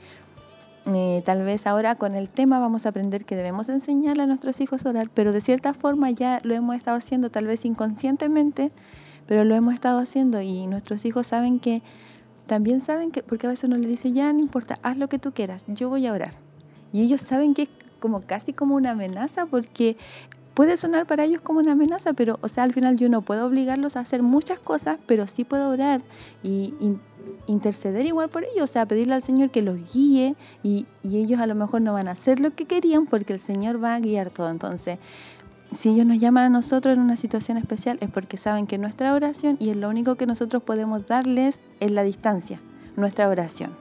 eh, tal vez ahora con el tema vamos a aprender que debemos enseñarle a nuestros hijos a orar, pero de cierta forma ya lo hemos estado haciendo, tal vez inconscientemente, pero lo hemos estado haciendo y nuestros hijos saben que También saben que, porque a veces uno les dice, ya no importa, haz lo que tú quieras, yo voy a orar. Y ellos saben que es como casi como una amenaza, porque puede sonar para ellos como una amenaza, pero, o sea, al final yo no puedo obligarlos a hacer muchas cosas, pero sí puedo orar y, y interceder igual por ellos, o sea, pedirle al Señor que los guíe y, y ellos a lo mejor no van a hacer lo que querían porque el Señor va a guiar todo. Entonces, si ellos nos llaman a nosotros en una situación especial es porque saben que nuestra oración, y es lo único que nosotros podemos darles en la distancia, nuestra oración.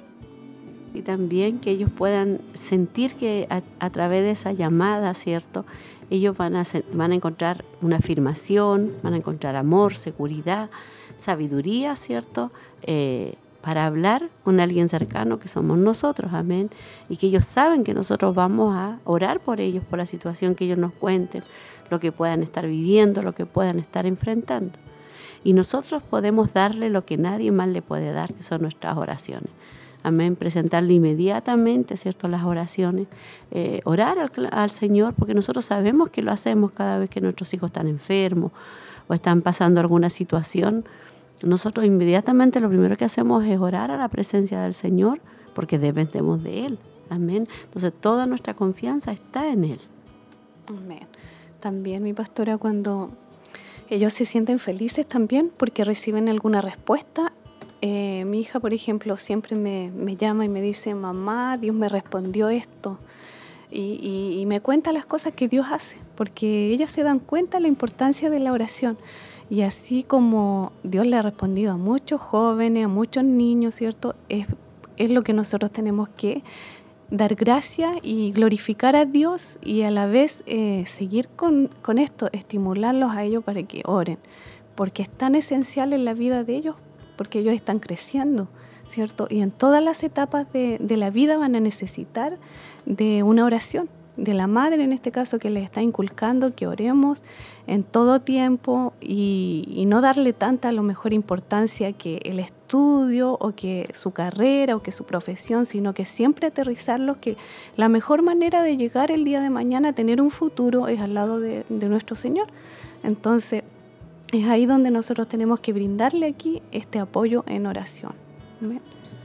Y también que ellos puedan sentir que a, a través de esa llamada, ¿cierto?, ellos van a, van a encontrar una afirmación, van a encontrar amor, seguridad, sabiduría, ¿cierto?, eh, para hablar con alguien cercano que somos nosotros, amén, y que ellos saben que nosotros vamos a orar por ellos, por la situación que ellos nos cuenten, lo que puedan estar viviendo, lo que puedan estar enfrentando. Y nosotros podemos darle lo que nadie más le puede dar, que son nuestras oraciones. Amén, presentarle inmediatamente, ¿cierto?, las oraciones, eh, orar al, al Señor, porque nosotros sabemos que lo hacemos cada vez que nuestros hijos están enfermos o están pasando alguna situación. Nosotros inmediatamente lo primero que hacemos es orar a la presencia del Señor, porque dependemos de Él. Amén. Entonces toda nuestra confianza está en Él. Amén. También, mi pastora, cuando ellos se sienten felices también porque reciben alguna respuesta. Eh, mi hija, por ejemplo, siempre me, me llama y me dice, mamá, Dios me respondió esto. Y, y, y me cuenta las cosas que Dios hace, porque ellas se dan cuenta de la importancia de la oración. Y así como Dios le ha respondido a muchos jóvenes, a muchos niños, ¿cierto? Es, es lo que nosotros tenemos que dar gracias y glorificar a Dios y a la vez eh, seguir con, con esto, estimularlos a ellos para que oren, porque es tan esencial en la vida de ellos, porque ellos están creciendo, ¿cierto? Y en todas las etapas de, de la vida van a necesitar de una oración, de la madre en este caso, que les está inculcando que oremos en todo tiempo y, y no darle tanta a lo mejor importancia que el estudio o que su carrera o que su profesión, sino que siempre aterrizarlos que la mejor manera de llegar el día de mañana a tener un futuro es al lado de, de nuestro Señor. Entonces es ahí donde nosotros tenemos que brindarle aquí este apoyo en oración. ¿Amén?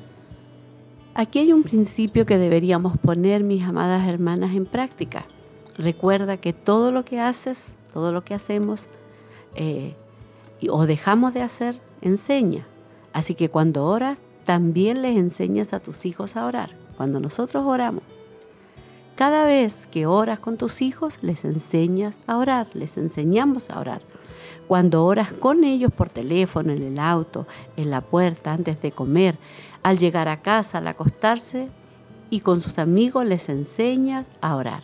Aquí hay un principio que deberíamos poner, mis amadas hermanas, en práctica. Recuerda que todo lo que haces, todo lo que hacemos eh, o dejamos de hacer, enseña. Así que cuando oras, también les enseñas a tus hijos a orar. Cuando nosotros oramos, cada vez que oras con tus hijos, les enseñas a orar, les enseñamos a orar. Cuando oras con ellos por teléfono, en el auto, en la puerta, antes de comer, al llegar a casa, al acostarse, y con sus amigos les enseñas a orar.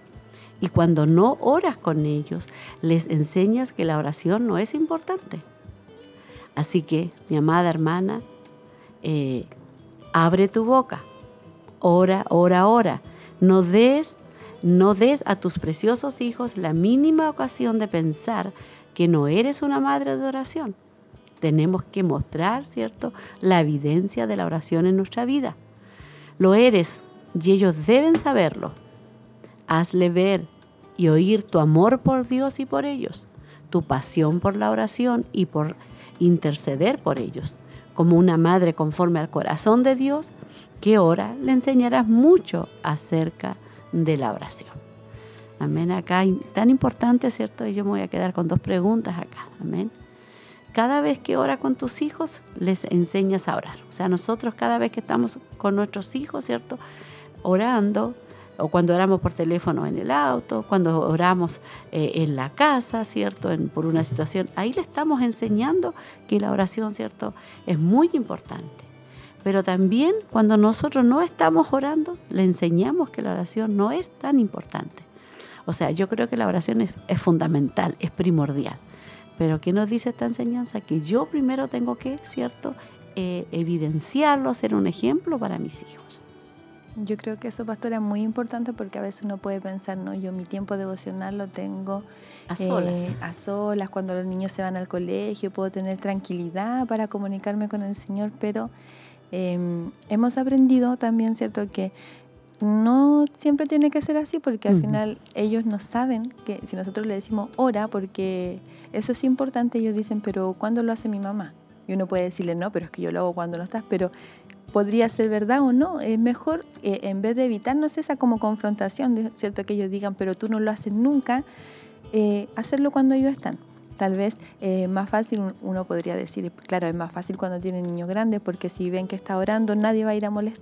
Y cuando no oras con ellos, les enseñas que la oración no es importante. Así que, mi amada hermana, eh, abre tu boca, ora, ora, ora. No des, no des a tus preciosos hijos la mínima ocasión de pensar que no eres una madre de oración. Tenemos que mostrar, ¿cierto?, la evidencia de la oración en nuestra vida. Lo eres y ellos deben saberlo. Hazle ver y oír tu amor por Dios y por ellos, tu pasión por la oración y por interceder por ellos. Como una madre conforme al corazón de Dios, que ora, le enseñarás mucho acerca de la oración. Amén. Acá, tan importante, ¿cierto? Y yo me voy a quedar con dos preguntas acá. Amén. Cada vez que oras con tus hijos, les enseñas a orar. O sea, nosotros cada vez que estamos con nuestros hijos, ¿cierto?, orando, o cuando oramos por teléfono en el auto, cuando oramos eh, en la casa, ¿cierto?, en, por una situación, ahí le estamos enseñando que la oración, ¿cierto?, es muy importante. Pero también cuando nosotros no estamos orando, le enseñamos que la oración no es tan importante. O sea, yo creo que la oración es, es fundamental, es primordial. Pero ¿qué nos dice esta enseñanza? Que yo primero tengo que, ¿cierto?, eh, evidenciarlo, ser un ejemplo para mis hijos. Yo creo que eso, pastora, es muy importante porque a veces uno puede pensar, no, yo mi tiempo devocional lo tengo a solas. Eh, a solas, cuando los niños se van al colegio, puedo tener tranquilidad para comunicarme con el Señor, pero eh, hemos aprendido también, ¿cierto?, que no siempre tiene que ser así, porque al uh-huh. final ellos no saben que si nosotros le decimos ora, porque eso es importante, ellos dicen, pero ¿cuándo lo hace mi mamá? Y uno puede decirle, no, pero es que yo lo hago cuando no estás, pero podría ser verdad o no. Es mejor, eh, en vez de evitarnos esa como confrontación, ¿cierto?, que ellos digan, pero tú no lo haces nunca, eh, hacerlo cuando ellos están. Tal vez eh, más fácil, uno podría decir, claro, es más fácil cuando tienen niños grandes, porque si ven que está orando, nadie va a ir a molestar.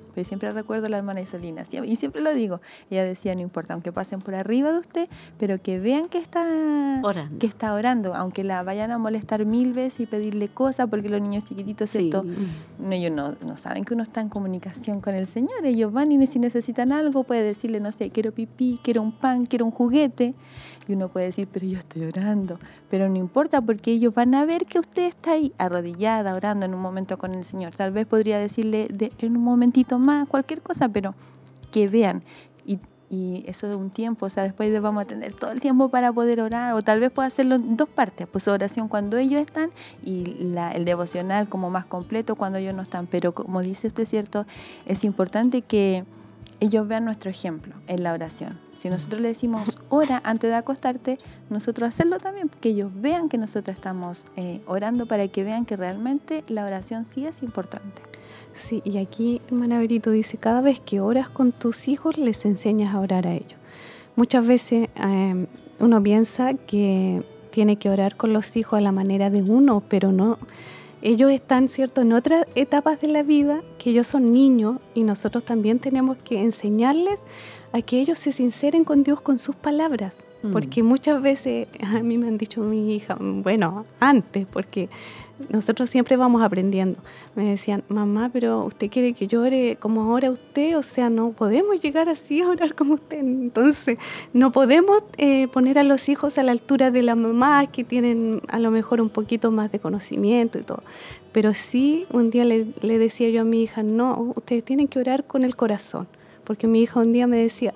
Pero siempre recuerdo a la hermana Isolina, y siempre lo digo, ella decía, no importa, aunque pasen por arriba de usted, pero que vean que está orando, que está orando, aunque la vayan a molestar mil veces y pedirle cosas, porque los niños chiquititos, ¿cierto? Sí. No, ellos no, no saben que uno está en comunicación con el Señor, ellos van y si necesitan algo, puede decirle, no sé, quiero pipí, quiero un pan, quiero un juguete, y uno puede decir, pero yo estoy orando, pero no importa, porque ellos van a ver que usted está ahí, arrodillada, orando en un momento con el Señor. Tal vez podría decirle de, en un momentito más, cualquier cosa, pero que vean. Y, y eso es un tiempo, o sea, después vamos a tener todo el tiempo para poder orar, o tal vez pueda hacerlo en dos partes, pues oración cuando ellos están y la, el devocional como más completo cuando ellos no están. Pero como dice usted, ¿cierto? Es importante que ellos vean nuestro ejemplo en la oración. Si nosotros le decimos, ora antes de acostarte, nosotros hacerlo también, que ellos vean que nosotros estamos eh, orando, para que vean que realmente la oración sí es importante. Sí, y aquí hermana Berito dice, cada vez que oras con tus hijos, les enseñas a orar a ellos. Muchas veces eh, uno piensa que tiene que orar con los hijos a la manera de uno, pero no. Ellos están, ¿cierto?, en otras etapas de la vida, que ellos son niños, y nosotros también tenemos que enseñarles a que ellos se sinceren con Dios con sus palabras. Mm. Porque muchas veces, a mí me han dicho mi hija, bueno, antes, porque nosotros siempre vamos aprendiendo. Me decían, mamá, pero usted quiere que yo ore como ora usted, o sea, no podemos llegar así a orar como usted. Entonces, no podemos eh, poner a los hijos a la altura de las mamás que tienen a lo mejor un poquito más de conocimiento y todo. Pero sí, un día le, le decía yo a mi hija, no, ustedes tienen que orar con el corazón. Porque mi hija un día me decía,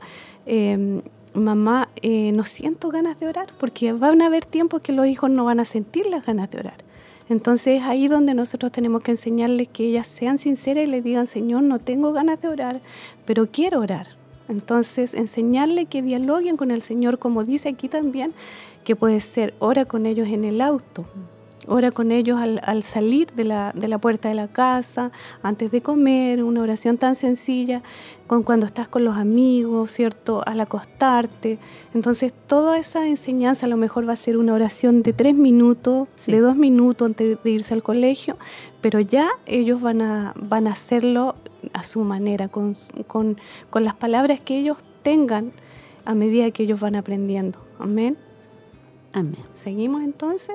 eh, mamá, eh, no siento ganas de orar, porque van a haber tiempos que los hijos no van a sentir las ganas de orar. Entonces es ahí donde nosotros tenemos que enseñarles que ellas sean sinceras y le digan, Señor, no tengo ganas de orar, pero quiero orar. Entonces enseñarles que dialoguen con el Señor, como dice aquí también, que puede ser ora con ellos en el auto, ora con ellos al, al salir de la, de la puerta de la casa, antes de comer, una oración tan sencilla, con cuando estás con los amigos, ¿cierto?, al acostarte. Entonces, toda esa enseñanza a lo mejor va a ser una oración de tres minutos, sí. de dos minutos antes de irse al colegio, pero ya ellos van a, van a hacerlo a su manera, con, con, con las palabras que ellos tengan a medida que ellos van aprendiendo. Amén. Amén. ¿Seguimos entonces?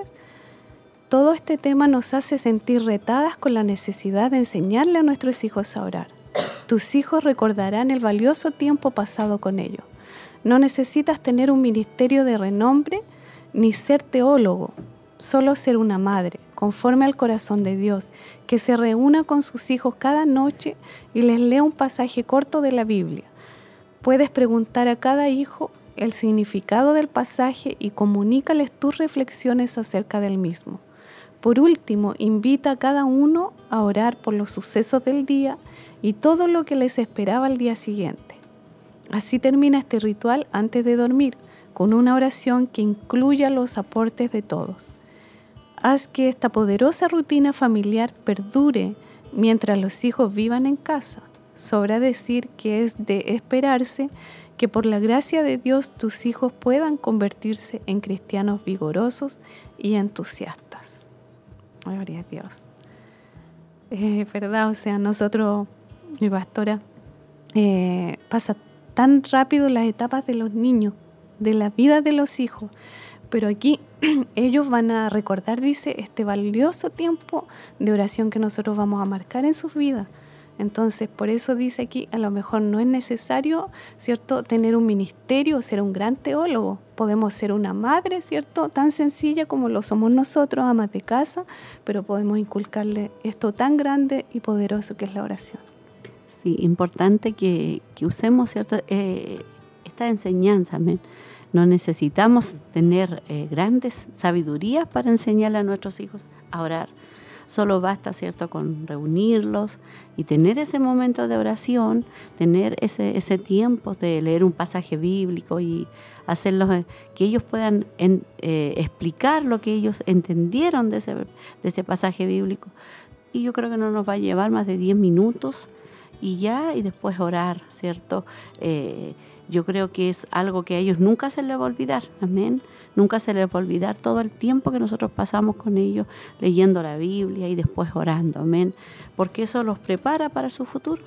Todo este tema nos hace sentir retadas con la necesidad de enseñarle a nuestros hijos a orar. Tus hijos recordarán el valioso tiempo pasado con ellos. No necesitas tener un ministerio de renombre ni ser teólogo, solo ser una madre, conforme al corazón de Dios, que se reúna con sus hijos cada noche y les lea un pasaje corto de la Biblia. Puedes preguntar a cada hijo el significado del pasaje y comunícales tus reflexiones acerca del mismo. Por último, invita a cada uno a orar por los sucesos del día y todo lo que les esperaba al día siguiente. Así termina este ritual antes de dormir, con una oración que incluya los aportes de todos. Haz que esta poderosa rutina familiar perdure mientras los hijos vivan en casa. Sobra decir que es de esperarse que por la gracia de Dios tus hijos puedan convertirse en cristianos vigorosos y entusiastas. Gloria a Dios. Eh, ¿Verdad? O sea, nosotros, mi pastora, eh, pasa tan rápido las etapas de los niños, de la vida de los hijos, pero aquí ellos van a recordar, dice, este valioso tiempo de oración que nosotros vamos a marcar en sus vidas. Entonces, por eso dice aquí, a lo mejor no es necesario, ¿cierto?, tener un ministerio o ser un gran teólogo. Podemos ser una madre, ¿cierto?, tan sencilla como lo somos nosotros, amas de casa, pero podemos inculcarle esto tan grande y poderoso que es la oración. Sí, importante que, que usemos, ¿cierto?, eh, esta enseñanza, amén. No necesitamos tener eh, grandes sabidurías para enseñarle a nuestros hijos a orar. Solo basta, ¿cierto?, con reunirlos y tener ese momento de oración, tener ese, ese tiempo de leer un pasaje bíblico y hacerlos, eh, que ellos puedan en, eh, explicar lo que ellos entendieron de ese, de ese pasaje bíblico. Y yo creo que no nos va a llevar más de diez minutos y ya, y después orar, ¿cierto? Eh, yo creo que es algo que a ellos nunca se les va a olvidar, amén. Nunca se les va a olvidar todo el tiempo que nosotros pasamos con ellos leyendo la Biblia y después orando, amén. Porque eso los prepara para su futuro.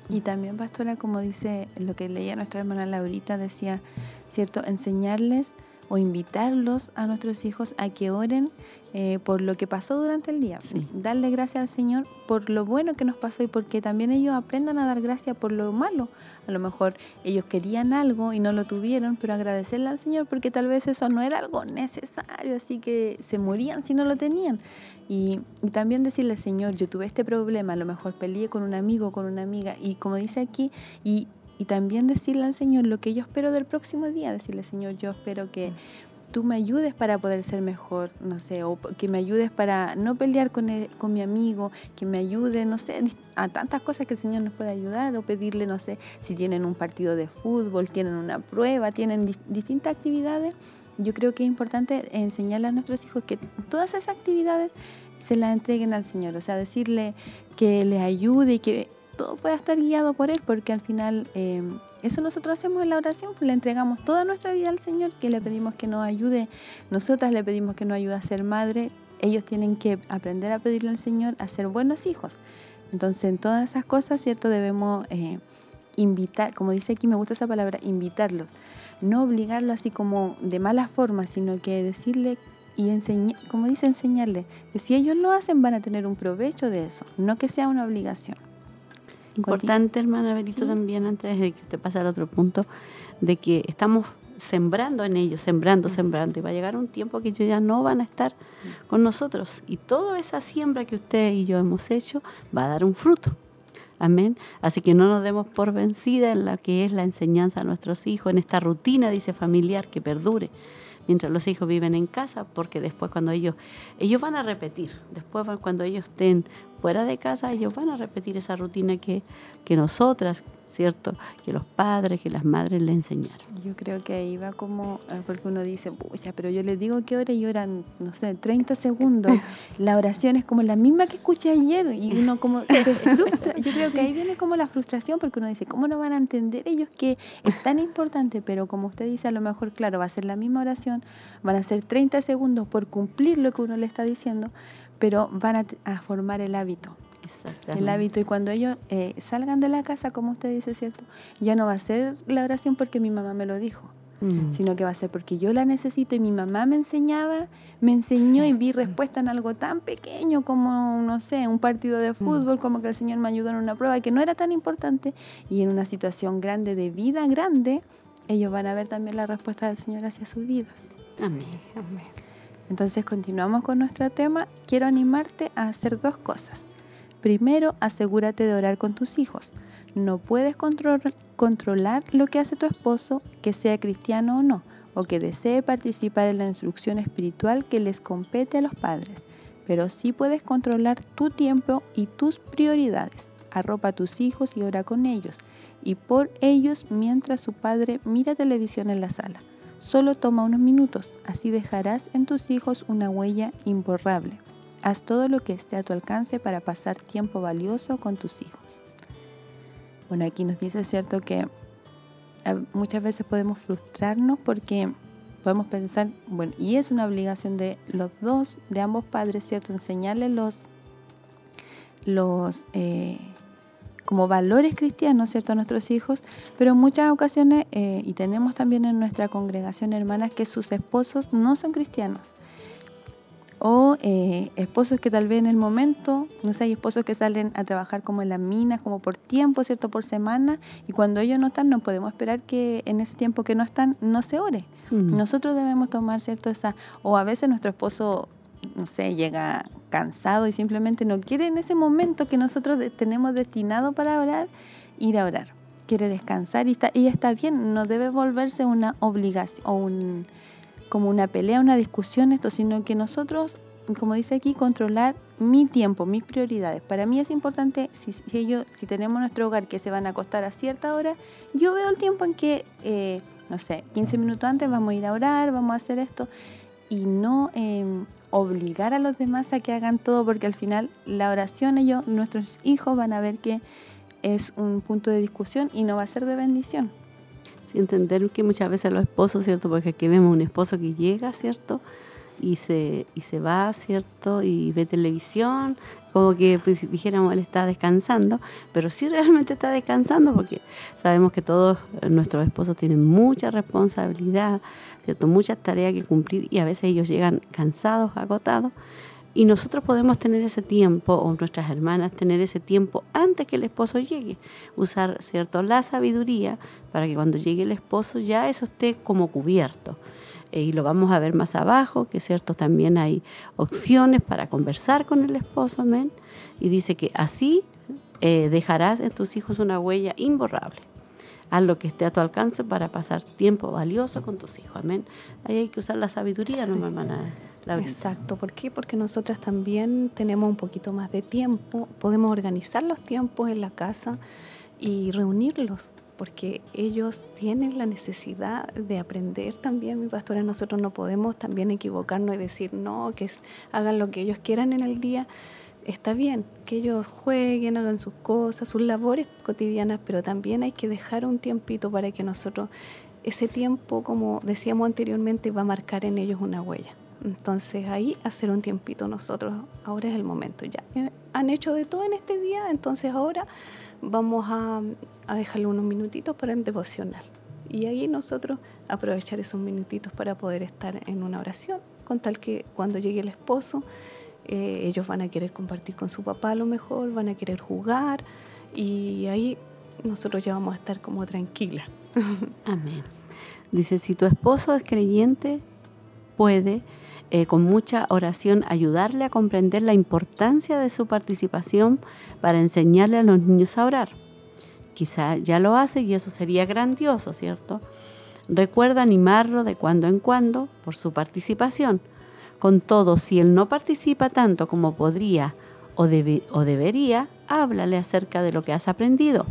Y también, pastora, como dice lo que leía nuestra hermana Laurita, decía, ¿cierto? Enseñarles o invitarlos a nuestros hijos a que oren eh, por lo que pasó durante el día. Sí. Darle gracias al Señor por lo bueno que nos pasó y porque también ellos aprendan a dar gracias por lo malo. A lo mejor ellos querían algo y no lo tuvieron, pero agradecerle al Señor porque tal vez eso no era algo necesario, así que se morían si no lo tenían. Y, y también decirle, Señor, yo tuve este problema, a lo mejor peleé con un amigo, con una amiga, y como dice aquí, y Y también decirle al Señor lo que yo espero del próximo día. Decirle, Señor, yo espero que tú me ayudes para poder ser mejor, no sé, o que me ayudes para no pelear con, el, con mi amigo, que me ayude, no sé, a tantas cosas que el Señor nos puede ayudar, o pedirle, no sé, si tienen un partido de fútbol, tienen una prueba, tienen di- distintas actividades. Yo creo que es importante enseñarle a nuestros hijos que todas esas actividades se las entreguen al Señor, o sea, decirle que les ayude y que todo pueda estar guiado por Él, porque al final eh, eso nosotros hacemos en la oración, pues le entregamos toda nuestra vida al Señor, que le pedimos que nos ayude, nosotras le pedimos que nos ayude a ser madre, ellos tienen que aprender a pedirle al Señor a ser buenos hijos. Entonces en todas esas cosas, ¿cierto? Debemos eh, invitar, como dice aquí, me gusta esa palabra, invitarlos, no obligarlos así como de mala forma, sino que decirle y enseñar, como dice, enseñarles que si ellos lo hacen van a tener un provecho de eso, no que sea una obligación. Importante, hermana Berito, sí. También, antes de que te pase al otro punto, de que estamos sembrando en ellos, sembrando, mm. sembrando, y va a llegar un tiempo que ellos ya no van a estar mm. con nosotros, y toda esa siembra que usted y yo hemos hecho va a dar un fruto. Amén. Así que no nos demos por vencida en la que es la enseñanza a nuestros hijos, en esta rutina, dice, familiar, que perdure mientras los hijos viven en casa, porque después cuando ellos, ellos van a repetir, después cuando ellos estén fuera de casa, ellos van a repetir esa rutina que, que nosotras, ¿cierto? Que los padres, que las madres les enseñaron. Yo creo que ahí va como, porque uno dice, pucha, pero yo les digo que ore y oran, no sé, treinta segundos. La oración es como la misma que escuché ayer y uno como se frustra. Yo creo que ahí viene como la frustración, porque uno dice, ¿cómo no van a entender ellos que es tan importante? Pero como usted dice, a lo mejor, claro, va a ser la misma oración, van a ser treinta segundos por cumplir lo que uno le está diciendo, pero van a, a formar el hábito. El hábito, y cuando ellos eh, salgan de la casa, como usted dice, ¿cierto? Ya no va a ser la oración porque mi mamá me lo dijo, mm. sino que va a ser porque yo la necesito y mi mamá me enseñaba, me enseñó sí. y vi respuesta en algo tan pequeño como, no sé, un partido de fútbol, mm. como que el Señor me ayudó en una prueba que no era tan importante, y en una situación grande, de vida grande, ellos van a ver también la respuesta del Señor hacia sus vidas. Amén, amén. Entonces continuamos con nuestro tema. Quiero animarte a hacer dos cosas. Primero, asegúrate de orar con tus hijos. No puedes control, controlar lo que hace tu esposo, que sea cristiano o no, o que desee participar en la instrucción espiritual que les compete a los padres, pero sí puedes controlar tu tiempo y tus prioridades. Arropa a tus hijos y ora con ellos, y por ellos mientras su padre mira televisión en la sala. Solo toma unos minutos, así dejarás en tus hijos una huella imborrable. Haz todo lo que esté a tu alcance para pasar tiempo valioso con tus hijos. Bueno, aquí nos dice, ¿cierto?, que muchas veces podemos frustrarnos porque podemos pensar, bueno, y es una obligación de los dos, de ambos padres, ¿cierto?, enseñarles los, los eh, como valores cristianos, ¿cierto?, a nuestros hijos, pero en muchas ocasiones, eh, y tenemos también en nuestra congregación hermanas que sus esposos no son cristianos, o eh, esposos que tal vez en el momento, no sé, hay esposos que salen a trabajar como en las minas, como por tiempo, ¿cierto?, por semana, y cuando ellos no están, no podemos esperar que en ese tiempo que no están, no se ore. Mm. Nosotros debemos tomar, ¿cierto?, esa, o a veces nuestro esposo, no sé, llega cansado y simplemente no quiere en ese momento que nosotros de, tenemos destinado para orar, ir a orar. Quiere descansar y está, y está bien, no debe volverse una obligación o un, como una pelea, una discusión esto, sino que nosotros, como dice aquí, controlar mi tiempo, mis prioridades. Para mí es importante, si, si, ellos, si tenemos nuestro hogar que se van a acostar a cierta hora, yo veo el tiempo en que, eh, no sé, quince minutos antes vamos a ir a orar, vamos a hacer esto, y no eh, obligar a los demás a que hagan todo, porque al final la oración, ellos, nuestros hijos van a ver que es un punto de discusión y no va a ser de bendición. Sí, entender que muchas veces los esposos, ¿cierto? Porque aquí vemos un esposo que llega, ¿cierto?, y se, y se va, ¿cierto? Y ve televisión, como que pues, dijéramos, él está descansando, pero sí realmente está descansando porque sabemos que todos nuestros esposos tienen mucha responsabilidad, ¿cierto? Muchas tareas que cumplir y a veces ellos llegan cansados, agotados, y nosotros podemos tener ese tiempo, o nuestras hermanas tener ese tiempo antes que el esposo llegue, usar, ¿cierto?, la sabiduría para que cuando llegue el esposo ya eso esté como cubierto. Eh, y lo vamos a ver más abajo, que cierto también hay opciones para conversar con el esposo, amén. Y dice que así eh, dejarás en tus hijos una huella imborrable. Haz lo que esté a tu alcance para pasar tiempo valioso con tus hijos, amén. Ahí hay que usar la sabiduría, sí. ¿No, hermana Laurita? Exacto, ¿por qué? Porque nosotras también tenemos un poquito más de tiempo, podemos organizar los tiempos en la casa y reunirlos, porque ellos tienen la necesidad de aprender también, mi pastora. Nosotros no podemos también equivocarnos y decir no, que es, hagan lo que ellos quieran en el día. Está bien que ellos jueguen, hagan sus cosas, sus labores cotidianas, pero también hay que dejar un tiempito para que nosotros, ese tiempo, como decíamos anteriormente, va a marcar en ellos una huella. Entonces ahí hacer un tiempito nosotros, ahora es el momento ya. Han hecho de todo en este día, entonces ahora vamos a, a dejarle unos minutitos para el devocional. Y ahí nosotros aprovechar esos minutitos para poder estar en una oración, con tal que cuando llegue el esposo, eh, ellos van a querer compartir con su papá a lo mejor, van a querer jugar, y ahí nosotros ya vamos a estar como tranquilas. Amén. Dice, si tu esposo es creyente, puede eh, con mucha oración ayudarle a comprender la importancia de su participación para enseñarle a los niños a orar. Quizá ya lo hace y eso sería grandioso, ¿cierto? Recuerda animarlo de cuando en cuando por su participación. Con todo, si él no participa tanto como podría o, debe, o debería, háblale acerca de lo que has aprendido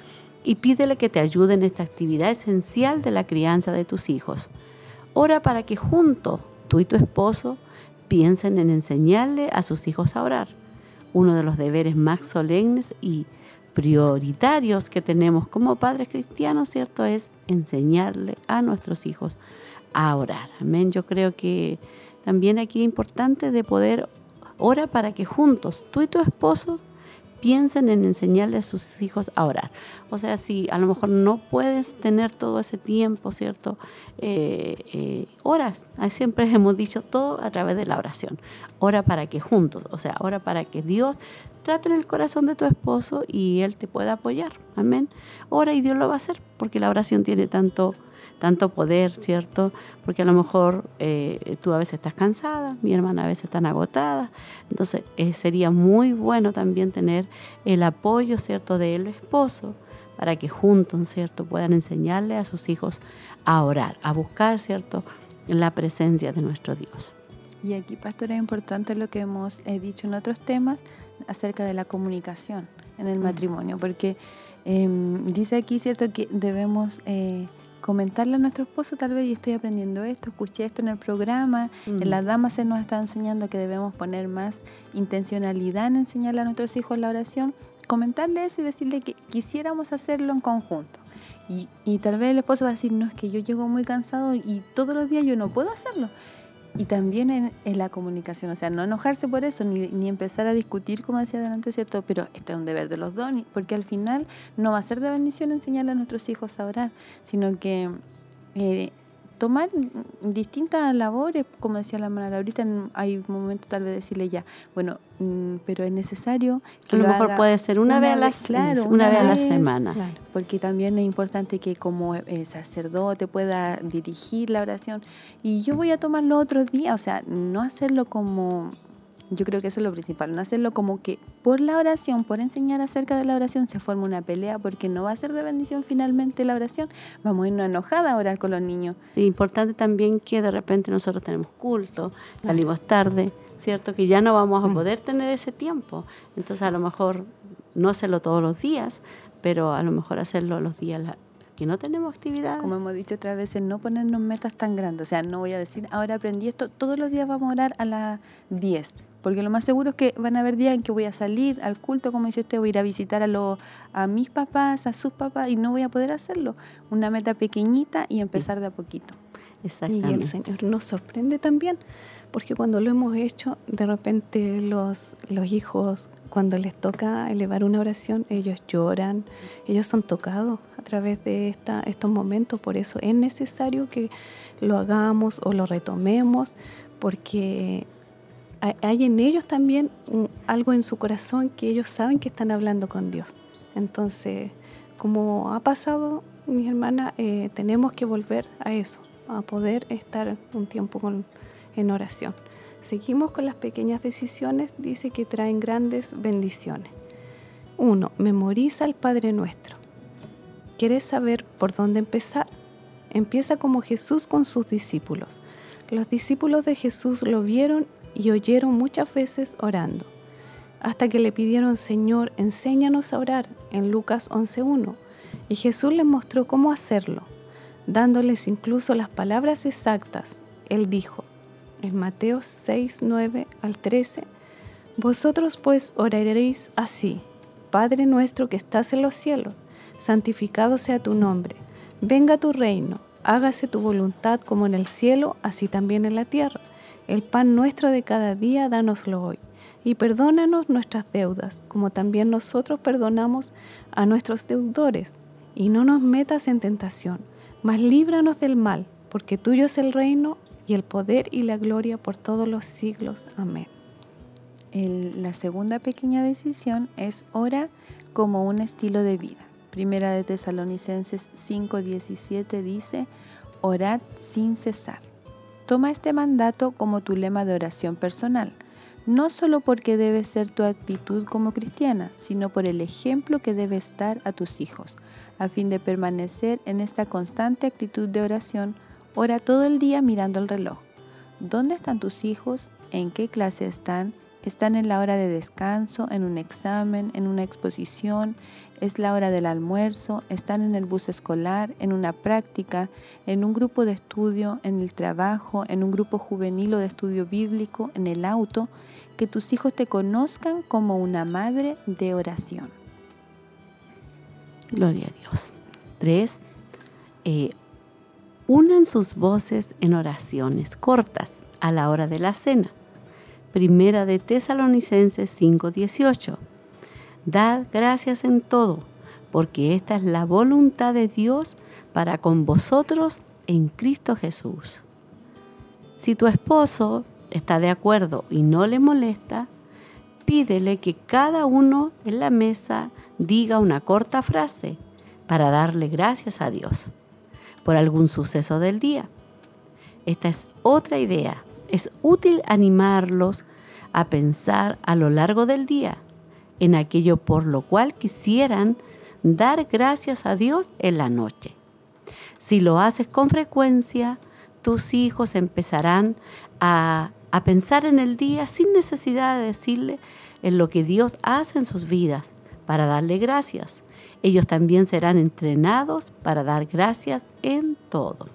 y pídele que te ayude en esta actividad esencial de la crianza de tus hijos. Ora para que juntos, tú y tu esposo, piensen en enseñarle a sus hijos a orar. Uno de los deberes más solemnes y prioritarios que tenemos como padres cristianos, ¿cierto?, es enseñarle a nuestros hijos a orar. Amén. Yo creo que también aquí es importante de poder orar para que juntos, tú y tu esposo, piensen en enseñarle a sus hijos a orar. O sea, si a lo mejor no puedes tener todo ese tiempo, ¿cierto? Eh, eh, ora, siempre hemos dicho todo a través de la oración. Ora para que juntos, o sea, ora para que Dios trate en el corazón de tu esposo y Él te pueda apoyar. Amén. Ora y Dios lo va a hacer, porque la oración tiene tanto tanto poder, ¿cierto? Porque a lo mejor eh, tú a veces estás cansada, mi hermana a veces están agotada, entonces eh, sería muy bueno también tener el apoyo, ¿cierto?, del esposo para que juntos, ¿cierto?, puedan enseñarle a sus hijos a orar, a buscar, ¿cierto?, la presencia de nuestro Dios. Y aquí, pastora, es importante lo que hemos eh, dicho en otros temas acerca de la comunicación en el matrimonio, porque eh, dice aquí, ¿cierto?, que debemos Eh, comentarle a nuestro esposo, tal vez, y estoy aprendiendo esto, escuché esto en el programa, mm. en las damas se nos está enseñando que debemos poner más intencionalidad en enseñarle a nuestros hijos la oración, comentarle eso y decirle que quisiéramos hacerlo en conjunto. Y, y tal vez el esposo va a decir, no, es que yo llego muy cansado y todos los días yo no puedo hacerlo. Y también en, en la comunicación, o sea, no enojarse por eso, ni, ni empezar a discutir, como decía adelante, ¿cierto? Pero este es un deber de los dos, porque al final no va a ser de bendición enseñarle a nuestros hijos a orar, sino que eh, tomar distintas labores, como decía la hermana Laurita, hay momentos tal vez decirle ya, bueno, mm, pero es necesario que a lo, lo mejor haga puede ser una, una vez, a la, claro, una una vez a la semana. Claro. Porque también es importante que como eh, sacerdote pueda dirigir la oración. Y yo voy a tomarlo otros días, o sea, no hacerlo como, yo creo que eso es lo principal, no hacerlo como que por la oración, por enseñar acerca de la oración, se forma una pelea, porque no va a ser de bendición finalmente la oración. Vamos a irnos enojadas a orar con los niños. Sí, importante también que de repente nosotros tenemos culto, salimos tarde, ¿cierto? Que ya no vamos a poder tener ese tiempo. Entonces a lo mejor no hacerlo todos los días, pero a lo mejor hacerlo los días la, que no tenemos actividad. Como hemos dicho otras veces, no ponernos metas tan grandes. O sea, no voy a decir, ahora aprendí esto, todos los días vamos a orar a las diez. Porque lo más seguro es que van a haber días en que voy a salir al culto, como dice usted, voy a ir a visitar a, los, a mis papás, a sus papás, y no voy a poder hacerlo. Una meta pequeñita y empezar sí. de a poquito. Y el Señor nos sorprende también, porque cuando lo hemos hecho, de repente los, los hijos, cuando les toca elevar una oración, ellos lloran, ellos son tocados a través de esta, estos momentos. Por eso es necesario que lo hagamos o lo retomemos, porque hay en ellos también un, algo en su corazón que ellos saben que están hablando con Dios. Entonces, como ha pasado, mis hermanas, eh, tenemos que volver a eso, a poder estar un tiempo con, en oración. Seguimos con las pequeñas decisiones, dice que traen grandes bendiciones. Uno, memoriza el Padre Nuestro. ¿Quieres saber por dónde empezar? Empieza como Jesús con sus discípulos. Los discípulos de Jesús lo vieron y oyeron muchas veces orando, hasta que le pidieron: Señor, enséñanos a orar, en Lucas once uno. Y Jesús les mostró cómo hacerlo, dándoles incluso las palabras exactas. Él dijo, en Mateo seis, nueve al trece, vosotros pues oraréis así: Padre nuestro que estás en los cielos, santificado sea tu nombre, venga tu reino, hágase tu voluntad como en el cielo, así también en la tierra. El pan nuestro de cada día, dánoslo hoy. Y perdónanos nuestras deudas, como también nosotros perdonamos a nuestros deudores. Y no nos metas en tentación, mas líbranos del mal, porque tuyo es el reino y el poder y la gloria por todos los siglos. Amén. El, la segunda pequeña decisión es ora como un estilo de vida. Primera de Tesalonicenses cinco diecisiete dice, orad sin cesar. Toma este mandato como tu lema de oración personal, no solo porque debe ser tu actitud como cristiana, sino por el ejemplo que debes dar a tus hijos. A fin de permanecer en esta constante actitud de oración, ora todo el día mirando el reloj. ¿Dónde están tus hijos? ¿En qué clase están? ¿Están en la hora de descanso, en un examen, en una exposición? ¿Es la hora del almuerzo? ¿Están en el bus escolar, en una práctica, en un grupo de estudio, en el trabajo, en un grupo juvenil o de estudio bíblico, en el auto? Que tus hijos te conozcan como una madre de oración. Gloria a Dios. Tres, eh, unan sus voces en oraciones cortas a la hora de la cena. Primera de Tesalonicenses cinco dieciocho. Dad gracias en todo, porque esta es la voluntad de Dios para con vosotros en Cristo Jesús. Si tu esposo está de acuerdo y no le molesta, pídele que cada uno en la mesa diga una corta frase para darle gracias a Dios por algún suceso del día. Esta es otra idea. Es útil animarlos a pensar a lo largo del día en aquello por lo cual quisieran dar gracias a Dios en la noche. Si lo haces con frecuencia, tus hijos empezarán a, a pensar en el día sin necesidad de decirle en lo que Dios hace en sus vidas para darle gracias. Ellos también serán entrenados para dar gracias en todo.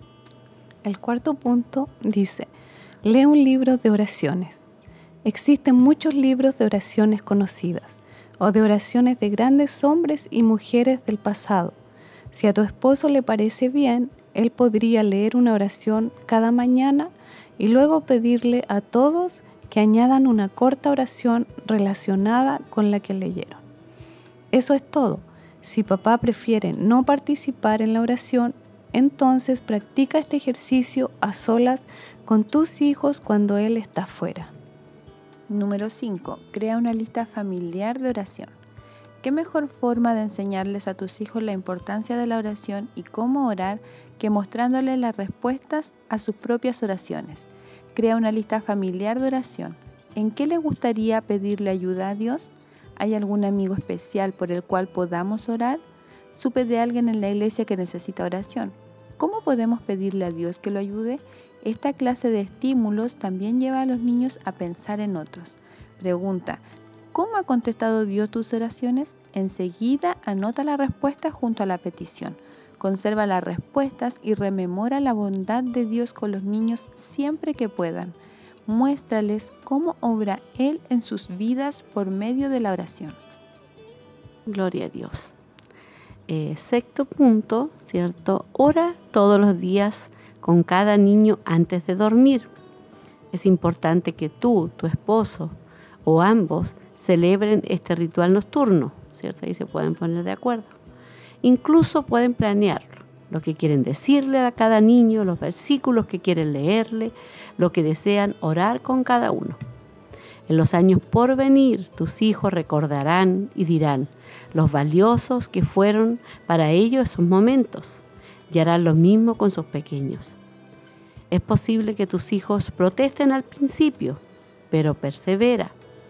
El cuarto punto dice, lee un libro de oraciones. Existen muchos libros de oraciones conocidas o de oraciones de grandes hombres y mujeres del pasado. Si a tu esposo le parece bien, él podría leer una oración cada mañana y luego pedirle a todos que añadan una corta oración relacionada con la que leyeron. Eso es todo. Si papá prefiere no participar en la oración, entonces practica este ejercicio a solas con tus hijos cuando él está fuera. Número cinco. Crea una lista familiar de oración. ¿Qué mejor forma de enseñarles a tus hijos la importancia de la oración y cómo orar que mostrándoles las respuestas a sus propias oraciones? Crea una lista familiar de oración. ¿En qué les gustaría pedirle ayuda a Dios? ¿Hay algún amigo especial por el cual podamos orar? Supe de alguien en la iglesia que necesita oración. ¿Cómo podemos pedirle a Dios que lo ayude? Esta clase de estímulos también lleva a los niños a pensar en otros. Pregunta, ¿cómo ha contestado Dios tus oraciones? Enseguida anota la respuesta junto a la petición. Conserva las respuestas y rememora la bondad de Dios con los niños siempre que puedan. Muéstrales cómo obra Él en sus vidas por medio de la oración. Gloria a Dios. Eh, sexto punto, ¿cierto? Ora todos los días con cada niño antes de dormir. Es importante que tú, tu esposo o ambos celebren este ritual nocturno, ¿cierto? Ahí se pueden poner de acuerdo. Incluso pueden planearlo, lo que quieren decirle a cada niño, los versículos que quieren leerle, lo que desean orar con cada uno. En los años por venir, tus hijos recordarán y dirán los valiosos que fueron para ellos esos momentos, y harán lo mismo con sus pequeños. Es posible que tus hijos protesten al principio, pero persevera.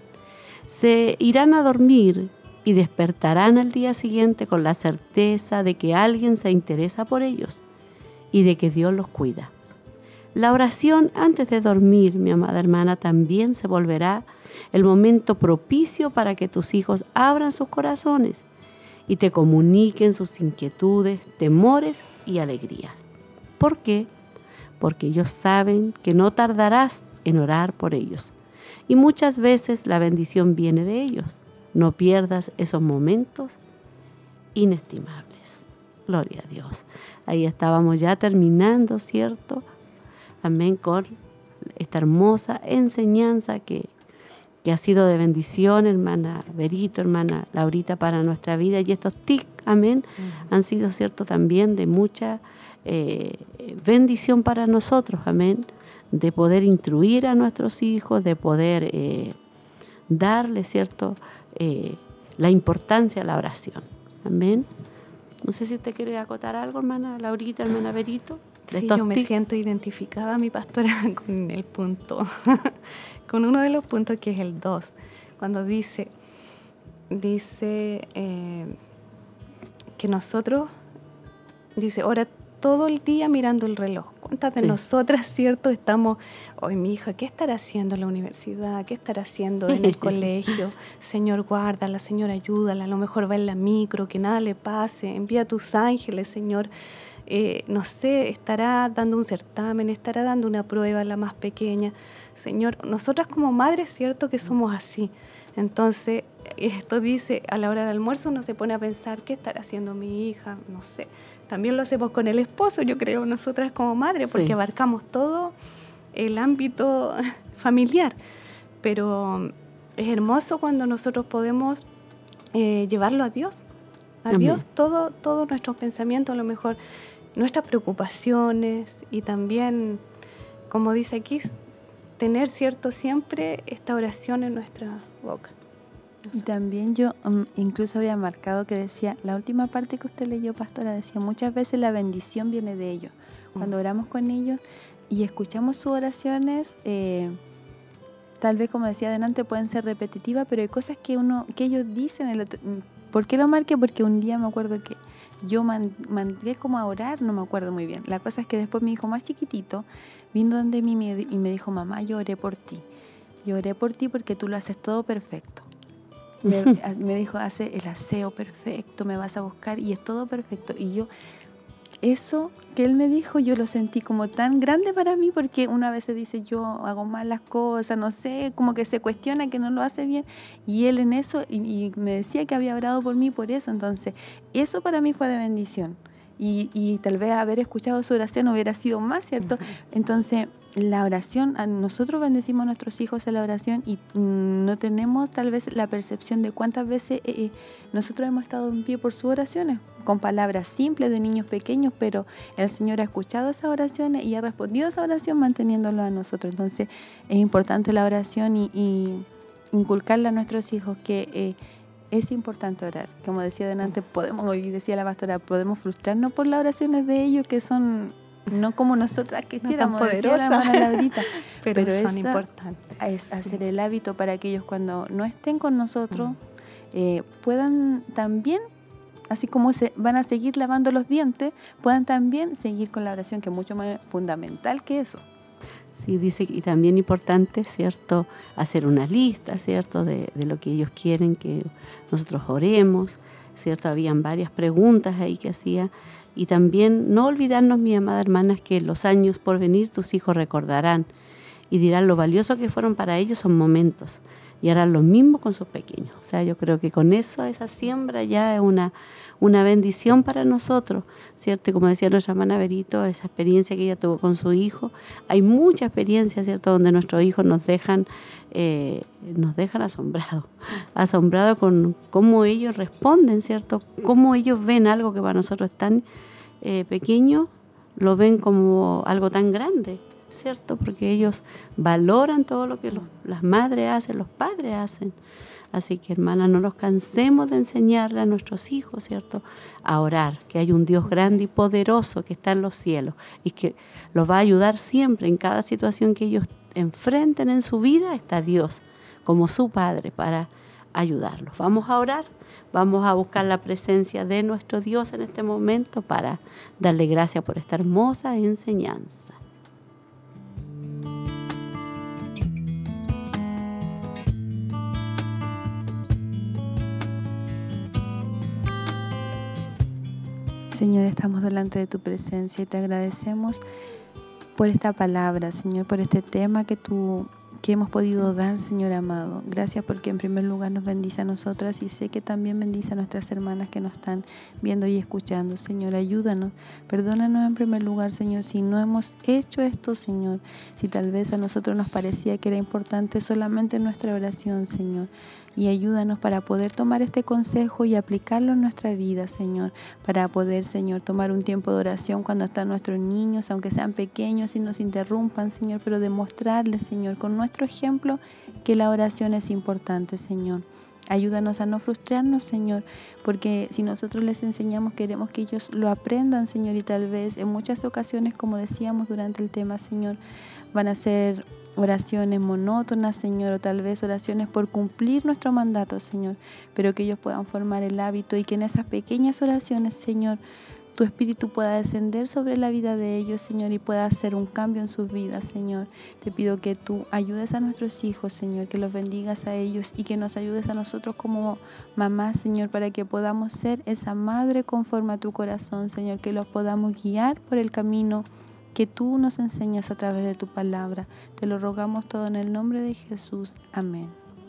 Se irán a dormir y despertarán al día siguiente con la certeza de que alguien se interesa por ellos y de que Dios los cuida. La oración antes de dormir, mi amada hermana, también se volverá el momento propicio para que tus hijos abran sus corazones y te comuniquen sus inquietudes, temores y alegrías. ¿Por qué? Porque ellos saben que no tardarás en orar por ellos. Y muchas veces la bendición viene de ellos. No pierdas esos momentos inestimables. Gloria a Dios. Ahí estábamos ya terminando, ¿cierto? Amén, con esta hermosa enseñanza que, que ha sido de bendición, hermana Berito, hermana Laurita, para nuestra vida. Y estos tics, amén, uh-huh. han sido, ¿cierto?, también de mucha eh, bendición para nosotros, amén, de poder instruir a nuestros hijos, de poder eh, darle, ¿cierto?, eh, la importancia a la oración. Amén. No sé si usted quiere acotar algo, hermana Laurita, hermana Berito. Sí, yo me siento identificada, mi pastora, con el punto, con uno de los puntos que es el dos, cuando dice, dice eh, que nosotros, dice, ora todo el día mirando el reloj. ¿Cuántas de sí. nosotras, cierto, estamos, hoy mi hija, ¿qué estará haciendo en la universidad? ¿Qué estará haciendo en el colegio? Señor, guárdala, Señor, ayúdala, a lo mejor va en la micro, que nada le pase, envía a tus ángeles, Señor. Eh, no sé, estará dando un certamen, estará dando una prueba, la más pequeña. Señor, nosotras como madres, cierto que somos así. Entonces, esto dice, a la hora del almuerzo uno se pone a pensar, ¿qué estará haciendo mi hija? No sé. También lo hacemos con el esposo, yo creo, nosotras como madres, porque sí. abarcamos todo el ámbito familiar. Pero es hermoso cuando nosotros podemos eh, llevarlo a Dios. A Amén. Dios todo, todo nuestros pensamientos, a lo mejor nuestras preocupaciones y también, como dice aquí, tener cierto siempre esta oración en nuestra boca. Y también yo um, incluso había marcado que decía, la última parte que usted leyó, pastora, decía, muchas veces la bendición viene de ellos. Cuando mm. oramos con ellos y escuchamos sus oraciones, eh, tal vez, como decía adelante, pueden ser repetitivas, pero hay cosas que uno que ellos dicen. El otro, ¿por qué lo marqué? Porque un día me acuerdo que yo mandé como a orar, no me acuerdo muy bien. La cosa es que después mi hijo más chiquitito vino donde mí y me dijo, mamá, yo oré por ti. Yo oré por ti porque tú lo haces todo perfecto. Me, me dijo, hace el aseo perfecto, me vas a buscar y es todo perfecto. Y yo, eso que él me dijo, yo lo sentí como tan grande para mí, porque una vez se dice, yo hago mal las cosas, no sé, como que se cuestiona que no lo hace bien. Y él en eso, y, y me decía que había orado por mí por eso. Entonces, eso para mí fue de bendición. Y, y tal vez haber escuchado su oración hubiera sido más, ¿cierto? Entonces, la oración, nosotros bendecimos a nuestros hijos en la oración y no tenemos tal vez la percepción de cuántas veces eh, nosotros hemos estado en pie por sus oraciones, con palabras simples de niños pequeños, pero el Señor ha escuchado esas oraciones y ha respondido a esa oración manteniéndolo a nosotros. Entonces, es importante la oración y, y inculcarle a nuestros hijos que eh, es importante orar. Como decía delante, podemos, hoy decía la pastora, podemos frustrarnos por las oraciones de ellos que son no como nosotras quisiéramos, no decía la hermana Laurita, pero, pero son importantes. Es sí. hacer el hábito para que ellos cuando no estén con nosotros mm. eh, puedan también, así como se van a seguir lavando los dientes, puedan también seguir con la oración, que es mucho más fundamental que eso. Sí, dice, y también importante, ¿cierto?, hacer una lista, ¿cierto?, de, de lo que ellos quieren que nosotros oremos, ¿cierto? Habían varias preguntas ahí que hacía. Y también no olvidarnos, mi amada hermanas, que en los años por venir tus hijos recordarán y dirán lo valioso que fueron para ellos son momentos, y harán lo mismo con sus pequeños. O sea, yo creo que con eso, esa siembra ya es una, una bendición para nosotros, ¿cierto? Y como decía nuestra hermana Berito, esa experiencia que ella tuvo con su hijo, hay mucha experiencia, ¿cierto?, donde nuestros hijos nos dejan, eh, nos dejan asombrados, asombrados con cómo ellos responden, ¿cierto? Cómo ellos ven algo que para nosotros es tan eh, pequeño, lo ven como algo tan grande, ¿cierto? Porque ellos valoran todo lo que los, las madres hacen, los padres hacen. Así que, hermanas, no nos cansemos de enseñarle a nuestros hijos, ¿cierto?, a orar, que hay un Dios grande y poderoso que está en los cielos y que los va a ayudar siempre en cada situación que ellos enfrenten en su vida. Está Dios como su Padre para ayudarlos. Vamos a orar, vamos a buscar la presencia de nuestro Dios en este momento para darle gracias por esta hermosa enseñanza. Señor, estamos delante de tu presencia y te agradecemos por esta palabra, Señor, por este tema que tú que hemos podido dar, Señor amado. Gracias porque en primer lugar nos bendice a nosotras y sé que también bendice a nuestras hermanas que nos están viendo y escuchando. Señor, ayúdanos, perdónanos en primer lugar, Señor, si no hemos hecho esto, Señor, si tal vez a nosotros nos parecía que era importante solamente nuestra oración, Señor. Y ayúdanos para poder tomar este consejo y aplicarlo en nuestra vida, Señor. Para poder, Señor, tomar un tiempo de oración cuando están nuestros niños, aunque sean pequeños y nos interrumpan, Señor. Pero demostrarles, Señor, con nuestro ejemplo, que la oración es importante, Señor. Ayúdanos a no frustrarnos, Señor, porque si nosotros les enseñamos, queremos que ellos lo aprendan, Señor. Y tal vez en muchas ocasiones, como decíamos durante el tema, Señor, van a ser oraciones monótonas, Señor, o tal vez oraciones por cumplir nuestro mandato, Señor, pero que ellos puedan formar el hábito y que en esas pequeñas oraciones, Señor, tu Espíritu pueda descender sobre la vida de ellos, Señor, y pueda hacer un cambio en sus vidas, Señor. Te pido que tú ayudes a nuestros hijos, Señor, que los bendigas a ellos y que nos ayudes a nosotros como mamás, Señor, para que podamos ser esa madre conforme a tu corazón, Señor, que los podamos guiar por el camino que tú nos enseñas a través de tu palabra. Te lo rogamos todo en el nombre de Jesús. Amén.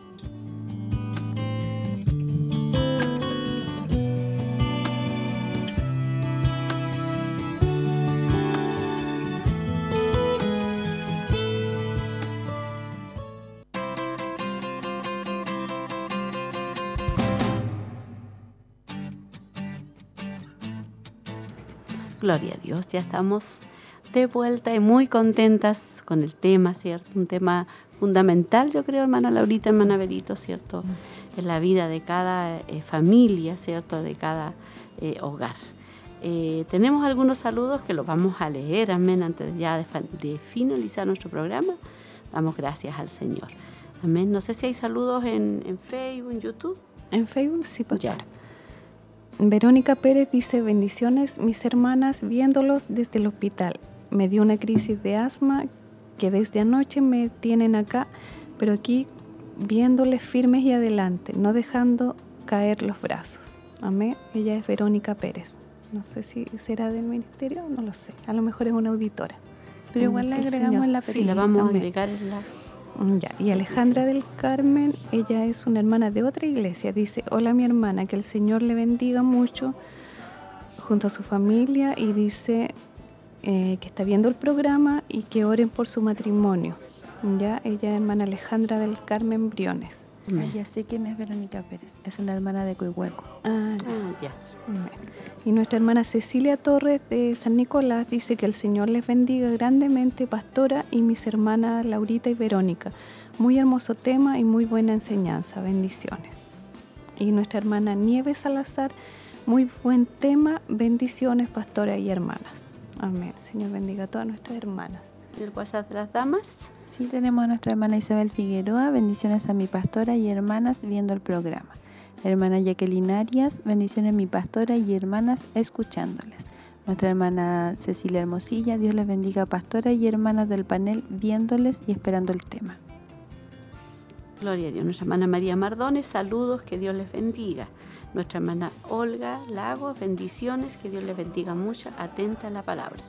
Gloria a Dios, ya estamos de vuelta y muy contentas con el tema, ¿cierto? Un tema fundamental, yo creo, hermana Laurita, hermana Berito, ¿cierto? En la vida de cada eh, familia, ¿cierto? De cada eh, hogar. Eh, tenemos algunos saludos que los vamos a leer, amén, antes ya de, de finalizar nuestro programa. Damos gracias al Señor. Amén. No sé si hay saludos en, en Facebook, en YouTube. En Facebook sí, pastora. Verónica Pérez dice: bendiciones, mis hermanas, viéndolos desde el hospital. Me dio una crisis de asma que desde anoche me tienen acá, pero aquí viéndoles firmes y adelante, no dejando caer los brazos. Amén. Ella es Verónica Pérez. No sé si será del ministerio, no lo sé. A lo mejor es una auditora. Pero igual la agregamos en la petición. Sí, la vamos Amén. a agregar en la... Ya. Y Alejandra del Carmen, ella es una hermana de otra iglesia. Dice: hola mi hermana, que el Señor le bendiga mucho junto a su familia, y dice eh, que está viendo el programa y que oren por su matrimonio. Ya, ella es hermana Alejandra del Carmen Briones. Ah, ya sé quién es Verónica Pérez, es una hermana de Coihueco. Ah, ah ya. Bueno. Y nuestra hermana Cecilia Torres de San Nicolás dice que el Señor les bendiga grandemente, pastora, y mis hermanas Laurita y Verónica. Muy hermoso tema y muy buena enseñanza. Bendiciones. Y nuestra hermana Nieves Salazar: muy buen tema. Bendiciones, pastora y hermanas. Amén. Señor bendiga a todas nuestras hermanas. ¿Y el WhatsApp de las damas? Sí, tenemos a nuestra hermana Isabel Figueroa: bendiciones a mi pastora y hermanas viendo el programa. Hermana Jacqueline Arias: bendiciones a mi pastora y hermanas escuchándoles. Nuestra hermana Cecilia Hermosilla: Dios les bendiga, pastora y hermanas del panel, viéndoles y esperando el tema. Gloria a Dios. Nuestra hermana María Mardones: saludos, que Dios les bendiga. Nuestra hermana Olga Lagos: bendiciones, que Dios les bendiga mucho, atenta a la palabra.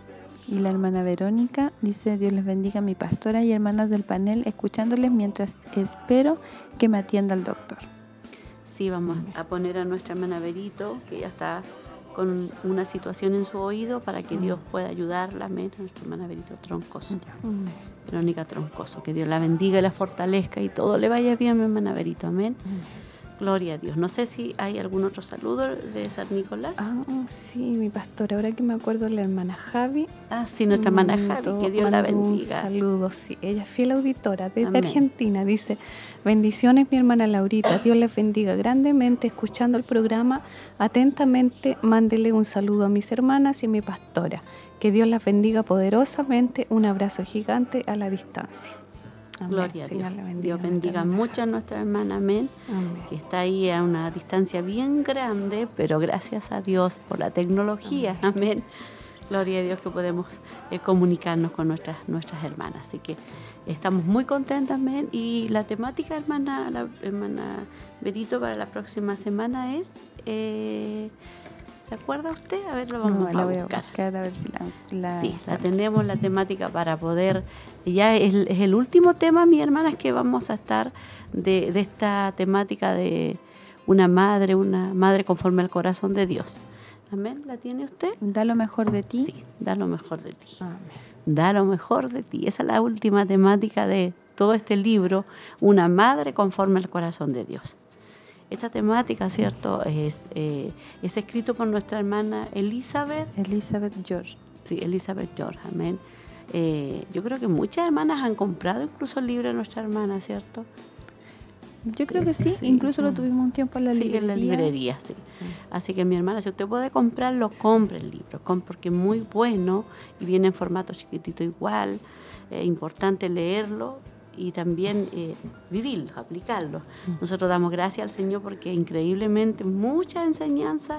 Y la hermana Verónica dice: Dios les bendiga, mi pastora y hermanas del panel, escuchándoles mientras espero que me atienda el doctor. Sí, vamos a poner a nuestra hermana Verito, que ya está con una situación en su oído, para que Dios pueda ayudarla. Amén. Nuestra hermana Verito Troncoso. Verónica Troncoso. Que Dios la bendiga y la fortalezca y todo le vaya bien, mi hermana Verito. Amén. Gloria a Dios. No sé si hay algún otro saludo de San Nicolás. Ah, sí, mi pastora. Ahora que me acuerdo, la hermana Javi. Ah, sí, nuestra hermana Javi. Que Dios la bendiga. Un saludo, sí. Ella es fiel auditora desde Amén. Argentina. Dice: bendiciones, mi hermana Laurita. Dios les bendiga grandemente. Escuchando el programa atentamente, mándele un saludo a mis hermanas y a mi pastora. Que Dios las bendiga poderosamente. Un abrazo gigante a la distancia. Amén. Gloria a Dios. Señor, la bendiga, Dios bendiga amén. mucho a nuestra hermana, amén, Amén. que está ahí a una distancia bien grande, pero gracias a Dios por la tecnología, amén. amén. Gloria a Dios que podemos eh, comunicarnos con nuestras, nuestras hermanas. Así que estamos muy contentas, amén. Y la temática, hermana, la hermana Berito, para la próxima semana es... Eh, ¿se acuerda usted? A ver, lo vamos No, a la voy buscar. a buscar a ver si la, la Sí, la tenemos la temática para poder, ya es, es el último tema, mis hermanas, que vamos a estar de, de esta temática de una madre, una madre conforme al corazón de Dios. Amén, ¿la tiene usted? Da lo mejor de ti. Sí, da lo mejor de ti. Amén. Da lo mejor de ti. Esa es la última temática de todo este libro, una madre conforme al corazón de Dios. Esta temática, ¿cierto?, es, eh, es escrito por nuestra hermana Elizabeth. Elizabeth George. Sí, Elizabeth George, amén. Eh, yo creo que muchas hermanas han comprado incluso el libro de nuestra hermana, ¿cierto? Yo creo que sí, Sí. incluso lo tuvimos un tiempo en la Sí, librería. en la librería, sí. Así que mi hermana, si usted puede comprarlo, compre el libro, com- porque es muy bueno y viene en formato chiquitito igual. Es importante leerlo y también eh, vivirlo, aplicarlo. Nosotros damos gracias al Señor porque increíblemente mucha enseñanza.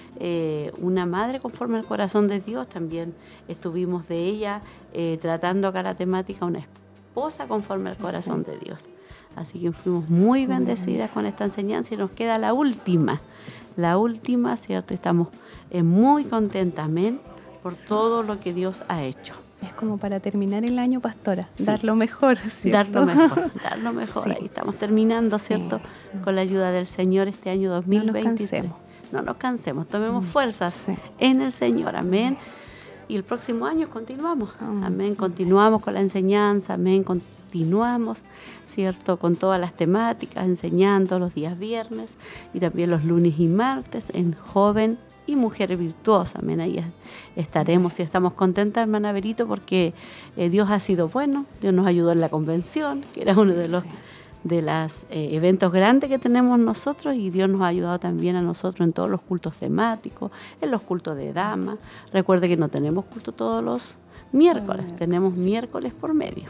Eh, una madre conforme al corazón de Dios, también estuvimos de ella eh, tratando acá la temática, una esposa conforme al Sí, corazón sí. de Dios. Así que fuimos muy bendecidas con esta enseñanza y nos queda la última, la última, ¿cierto? Estamos eh, muy contentas, amén, por todo lo que Dios ha hecho. Es como para terminar el año, pastora. Sí. Dar lo mejor, ¿cierto? Dar lo mejor, dar lo mejor. Sí. Ahí estamos terminando, Sí. ¿cierto? Con la ayuda del Señor este año dos mil veintitrés. cansemos. No nos cansemos, tomemos fuerzas Sí. en el Señor, amén. Y el próximo año continuamos, Amén. amén. Continuamos con la enseñanza, amén. Continuamos, ¿cierto? Con todas las temáticas, enseñando los días viernes y también los lunes y martes en Joven y Mujer Virtuosa, amén. Ahí estaremos y estamos contentas, hermana Berito, porque eh, Dios ha sido bueno. Dios nos ayudó en la convención, que era uno de los de los eh, eventos grandes que tenemos nosotros, y Dios nos ha ayudado también a nosotros en todos los cultos temáticos, en los cultos de damas. Recuerde que no tenemos culto todos los miércoles, tenemos miércoles por medio.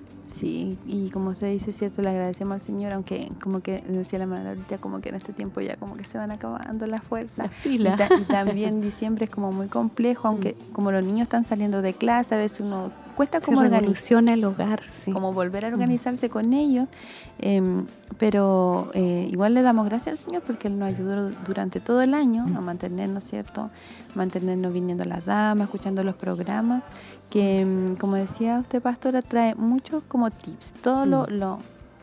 Sí, y como usted dice, cierto, le agradecemos al Señor, aunque como que decía la hermana ahorita, como que en este tiempo ya como que se van acabando las fuerzas. Las pilas. Y, ta- y también diciembre es como muy complejo, aunque como los niños están saliendo de clase, a veces uno cuesta como Se organizar, revoluciona el hogar, sí. como volver a organizarse con ellos, eh, pero eh, igual le damos gracias al Señor porque Él nos ayudó durante todo el año a mantenernos, ¿cierto? Mantenernos viniendo a las damas, escuchando los programas, que mm, como decía usted, pastora, trae muchos como tips, todo lo, lo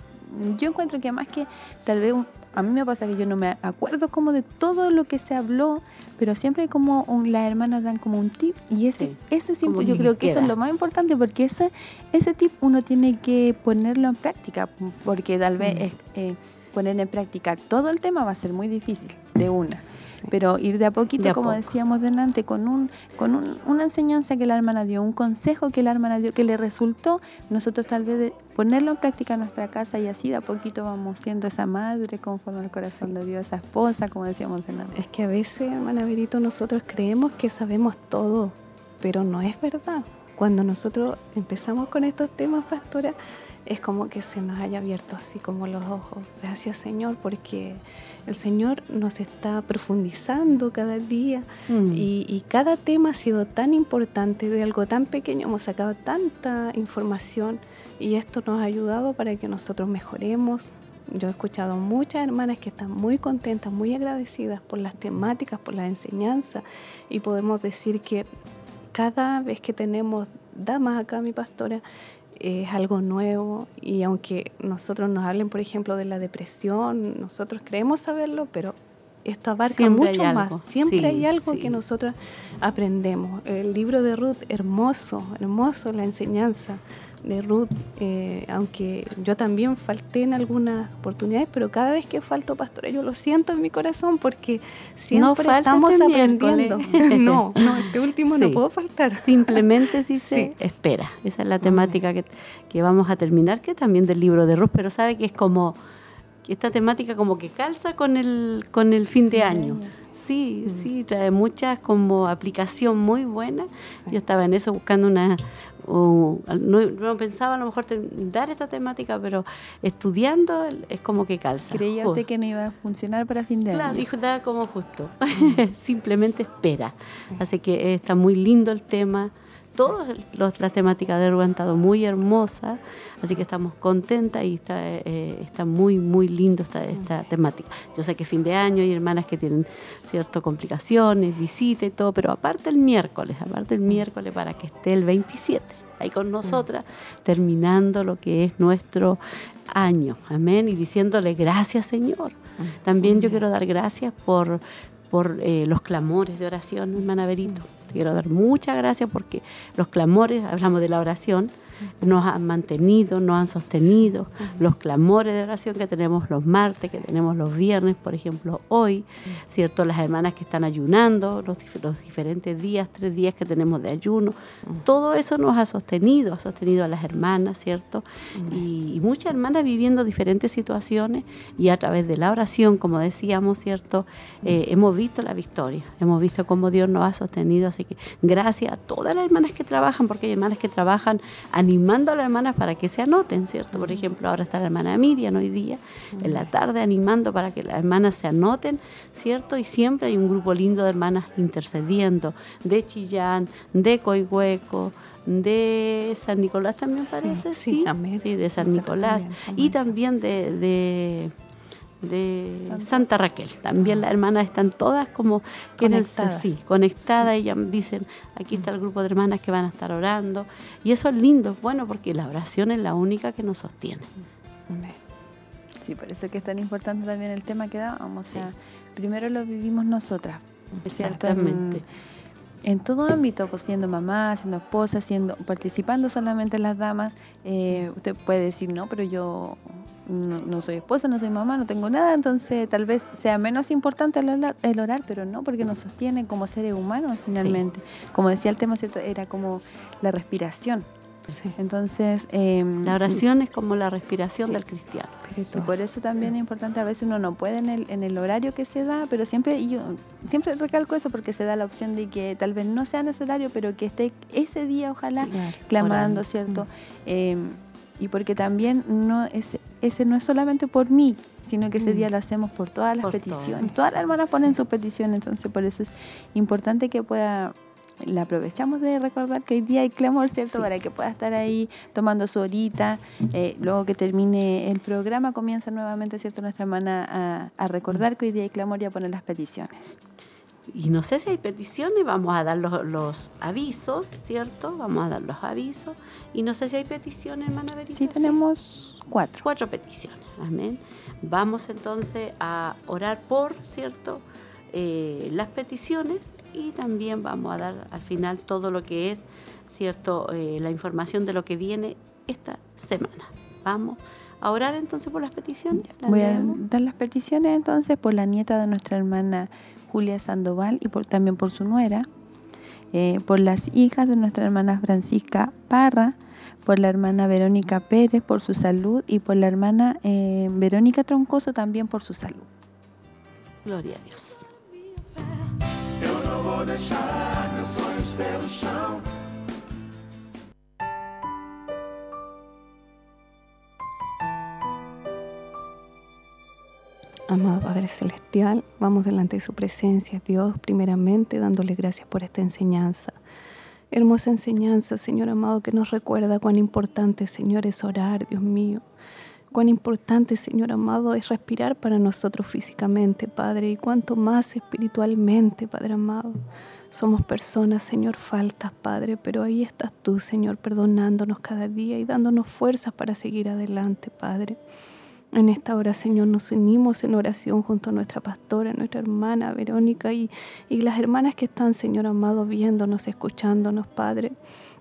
yo encuentro que más que tal vez un- a mí me pasa que yo no me acuerdo como de todo lo que se habló, pero siempre hay como un, las hermanas dan como un tips y ese Sí, ese siempre como yo que creo que eso queda. es lo más importante porque ese ese tip uno tiene que ponerlo en práctica porque tal vez es, eh, poner en práctica todo el tema va a ser muy difícil de una. Pero ir de a poquito, De a como poco. decíamos delante, con un con un, una enseñanza que la hermana dio, un consejo que la hermana dio, que le resultó, nosotros tal vez de ponerlo en práctica en nuestra casa y así de a poquito vamos siendo esa madre conforme al corazón Sí. de Dios, esa esposa, como decíamos delante. Es que a veces, hermana Berito, nosotros creemos que sabemos todo, pero no es verdad. Cuando nosotros empezamos con estos temas, pastora, es como que se nos haya abierto así como los ojos. Gracias, Señor, porque el Señor nos está profundizando cada día Mm. y, y cada tema ha sido tan importante, de algo tan pequeño hemos sacado tanta información y esto nos ha ayudado para que nosotros mejoremos. Yo he escuchado muchas hermanas que están muy contentas, muy agradecidas por las temáticas, por la enseñanza, y podemos decir que cada vez que tenemos damas acá, mi pastora, es algo nuevo, y aunque nosotros nos hablen, por ejemplo, de la depresión, nosotros creemos saberlo, pero esto abarca siempre mucho hay más. algo. Siempre Sí, hay algo sí. que nosotros aprendemos. El libro de Ruth, hermoso, hermoso la enseñanza de Ruth, eh, aunque yo también falté en algunas oportunidades, pero cada vez que falto, pastora, yo lo siento en mi corazón, porque siempre No falta estamos este aprendiendo. miércoles. No, no, este último Sí. no puedo faltar. Simplemente dice, Sí. espera. Esa es la temática que, que vamos a terminar, que también del libro de Ruth, pero sabe que es como, que esta temática como que calza con el, con el fin de año. Sí, sí, trae muchas como aplicación muy buena. Sí. Yo estaba en eso buscando una... o- no, no pensaba a lo mejor te- dar esta temática, pero estudiando es como que calza. ¿Creía usted que no iba a funcionar para fin de Claro, año? dijo, da como justo. Simplemente espera. Así que eh, está muy lindo el tema. Todas los- las temáticas de Ruth han estado muy hermosas, así que estamos contentas y está, eh, está muy, muy lindo esta, esta temática. Yo sé que es fin de año, hay hermanas que tienen ciertas complicaciones, visita y todo, pero aparte el miércoles, aparte el miércoles para que esté el veintisiete ahí con nosotras, terminando lo que es nuestro año. Amén. Y diciéndole gracias, Señor. También yo quiero dar gracias por, por eh, los clamores de oración, hermana Berito. Te quiero dar muchas gracias porque los clamores, hablamos de la oración, nos han mantenido, nos han sostenido. Los clamores de oración que tenemos los martes, que tenemos los viernes, por ejemplo, hoy, ¿cierto? Las hermanas que están ayunando, los, dif- los diferentes días, tres días que tenemos de ayuno, todo eso nos ha sostenido, ha sostenido a las hermanas, ¿cierto? Y, y muchas hermanas viviendo diferentes situaciones y a través de la oración, como decíamos, ¿cierto? Eh, hemos visto la victoria, hemos visto cómo Dios nos ha sostenido, así que gracias a todas las hermanas que trabajan, porque hay hermanas que trabajan animando a las hermanas para que se anoten, ¿cierto? Por ejemplo, ahora está la hermana Miriam hoy día, en la tarde animando para que las hermanas se anoten, ¿cierto? Y siempre hay un grupo lindo de hermanas intercediendo, de Chillán, de Coihueco, de San Nicolás también parece, sí, sí, amén. sí, de San Nosotros Nicolás, también, y amén. también de... de de Santa. Santa Raquel. También las hermanas están todas como quieren Conectadas. sí, conectadas. Ellas dicen, aquí está el grupo de hermanas que van a estar orando. Y eso es lindo, es bueno, porque la oración es la única que nos sostiene. Amén. Sí, por eso que es tan importante también el tema que dábamos. O sea, primero lo vivimos nosotras, ¿cierto? En, Exactamente. en todo ámbito, pues siendo mamá, siendo esposa, siendo, participando solamente las damas. Eh, usted puede decir, no, pero yo no, no soy esposa, no soy mamá, no tengo nada, entonces tal vez sea menos importante el orar, el orar, pero no, porque nos sostiene como seres humanos finalmente. Como decía el tema, ¿cierto? Era como la respiración. Sí. Entonces, eh, La oración es como la respiración Sí. del cristiano. y Espiritual. por eso también es importante, a veces uno no puede en el, en el horario que se da, pero siempre, y yo siempre recalco eso porque se da la opción de que tal vez no sea en ese horario, pero que esté ese día, ojalá, Sí, claro. clamando, Orando. ¿cierto? Eh, y porque también no es, ese no es solamente por mí, sino que ese día lo hacemos por todas las Por peticiones. todas. Todas las hermanas ponen sus peticiones, entonces por eso es importante que pueda... La aprovechamos de recordar que hoy día hay clamor, ¿cierto? Sí. Para que pueda estar ahí tomando su horita. Eh, luego que termine el programa, comienza nuevamente, ¿cierto? Nuestra hermana a, a recordar que hoy día hay clamor y a poner las peticiones. Y no sé si hay peticiones, vamos a dar los, los avisos, ¿cierto? Vamos a dar los avisos. Y no sé si hay peticiones, hermana Berito. Sí, tenemos cuatro. Cuatro peticiones, amén. Vamos entonces a orar por, ¿cierto? Eh, las peticiones, y también vamos a dar al final todo lo que es, ¿cierto? Eh, la información de lo que viene esta semana. Vamos a orar entonces por las peticiones. ¿Las Voy a leemos? dar las peticiones entonces por la nieta de nuestra hermana Julia Sandoval y por, también por su nuera, eh, por las hijas de nuestra hermana Francisca Parra, por la hermana Verónica Pérez por su salud y por la hermana eh, Verónica Troncoso también por su salud. Gloria a Dios. Eu não vou deixar meus sonhos pelo chão. Amado Padre Celestial, vamos delante de su presencia, Dios, primeramente dándole gracias por esta enseñanza. Hermosa enseñanza, Señor amado, que nos recuerda cuán importante, Señor, es orar, Dios mío. cuán importante, Señor amado, es respirar para nosotros físicamente, Padre, y cuánto más espiritualmente, Padre amado. Somos personas, Señor, faltas, Padre, pero ahí estás tú, Señor, perdonándonos cada día y dándonos fuerzas para seguir adelante, Padre. En esta hora, Señor, nos unimos en oración junto a nuestra pastora, nuestra hermana Verónica y, y las hermanas que están, Señor amado, viéndonos, escuchándonos, Padre.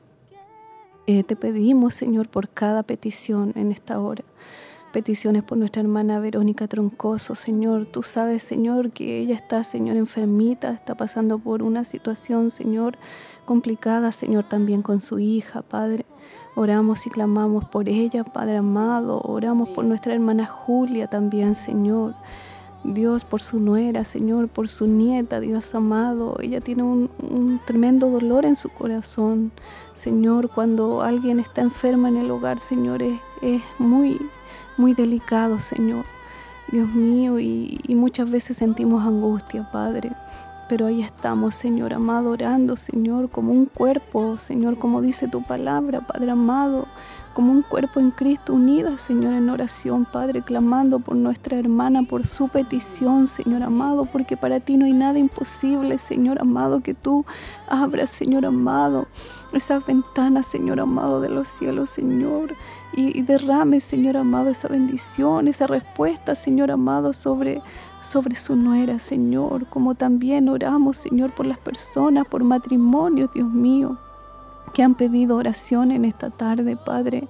Eh, te pedimos, Señor, por cada petición en esta hora. Peticiones por nuestra hermana Verónica Troncoso, Señor. Tú sabes, Señor, que ella está, Señor, enfermita, está pasando por una situación, Señor, complicada, Señor, también con su hija, Padre. Oramos y clamamos por ella, Padre amado. Oramos por nuestra hermana Julia también, Señor. Dios, por su nuera, Señor, por su nieta, Dios amado. Ella tiene un, un tremendo dolor en su corazón. Señor, cuando alguien está enferma en el hogar, Señor, es, es muy, muy delicado, Señor. Dios mío, y, y muchas veces sentimos angustia, Padre. Pero ahí estamos, Señor amado, orando, Señor, como un cuerpo, Señor, como dice tu palabra, Padre amado, como un cuerpo en Cristo unida, Señor, en oración, Padre, clamando por nuestra hermana, por su petición, Señor amado, porque para ti no hay nada imposible, Señor amado, que tú abras, Señor amado, esas ventanas, Señor amado, de los cielos, Señor, y, y derrame, Señor amado, esa bendición, esa respuesta, Señor amado, sobre sobre su nuera, Señor, como también oramos, Señor, por las personas, por matrimonios, Dios mío, que han pedido oración en esta tarde, Padre,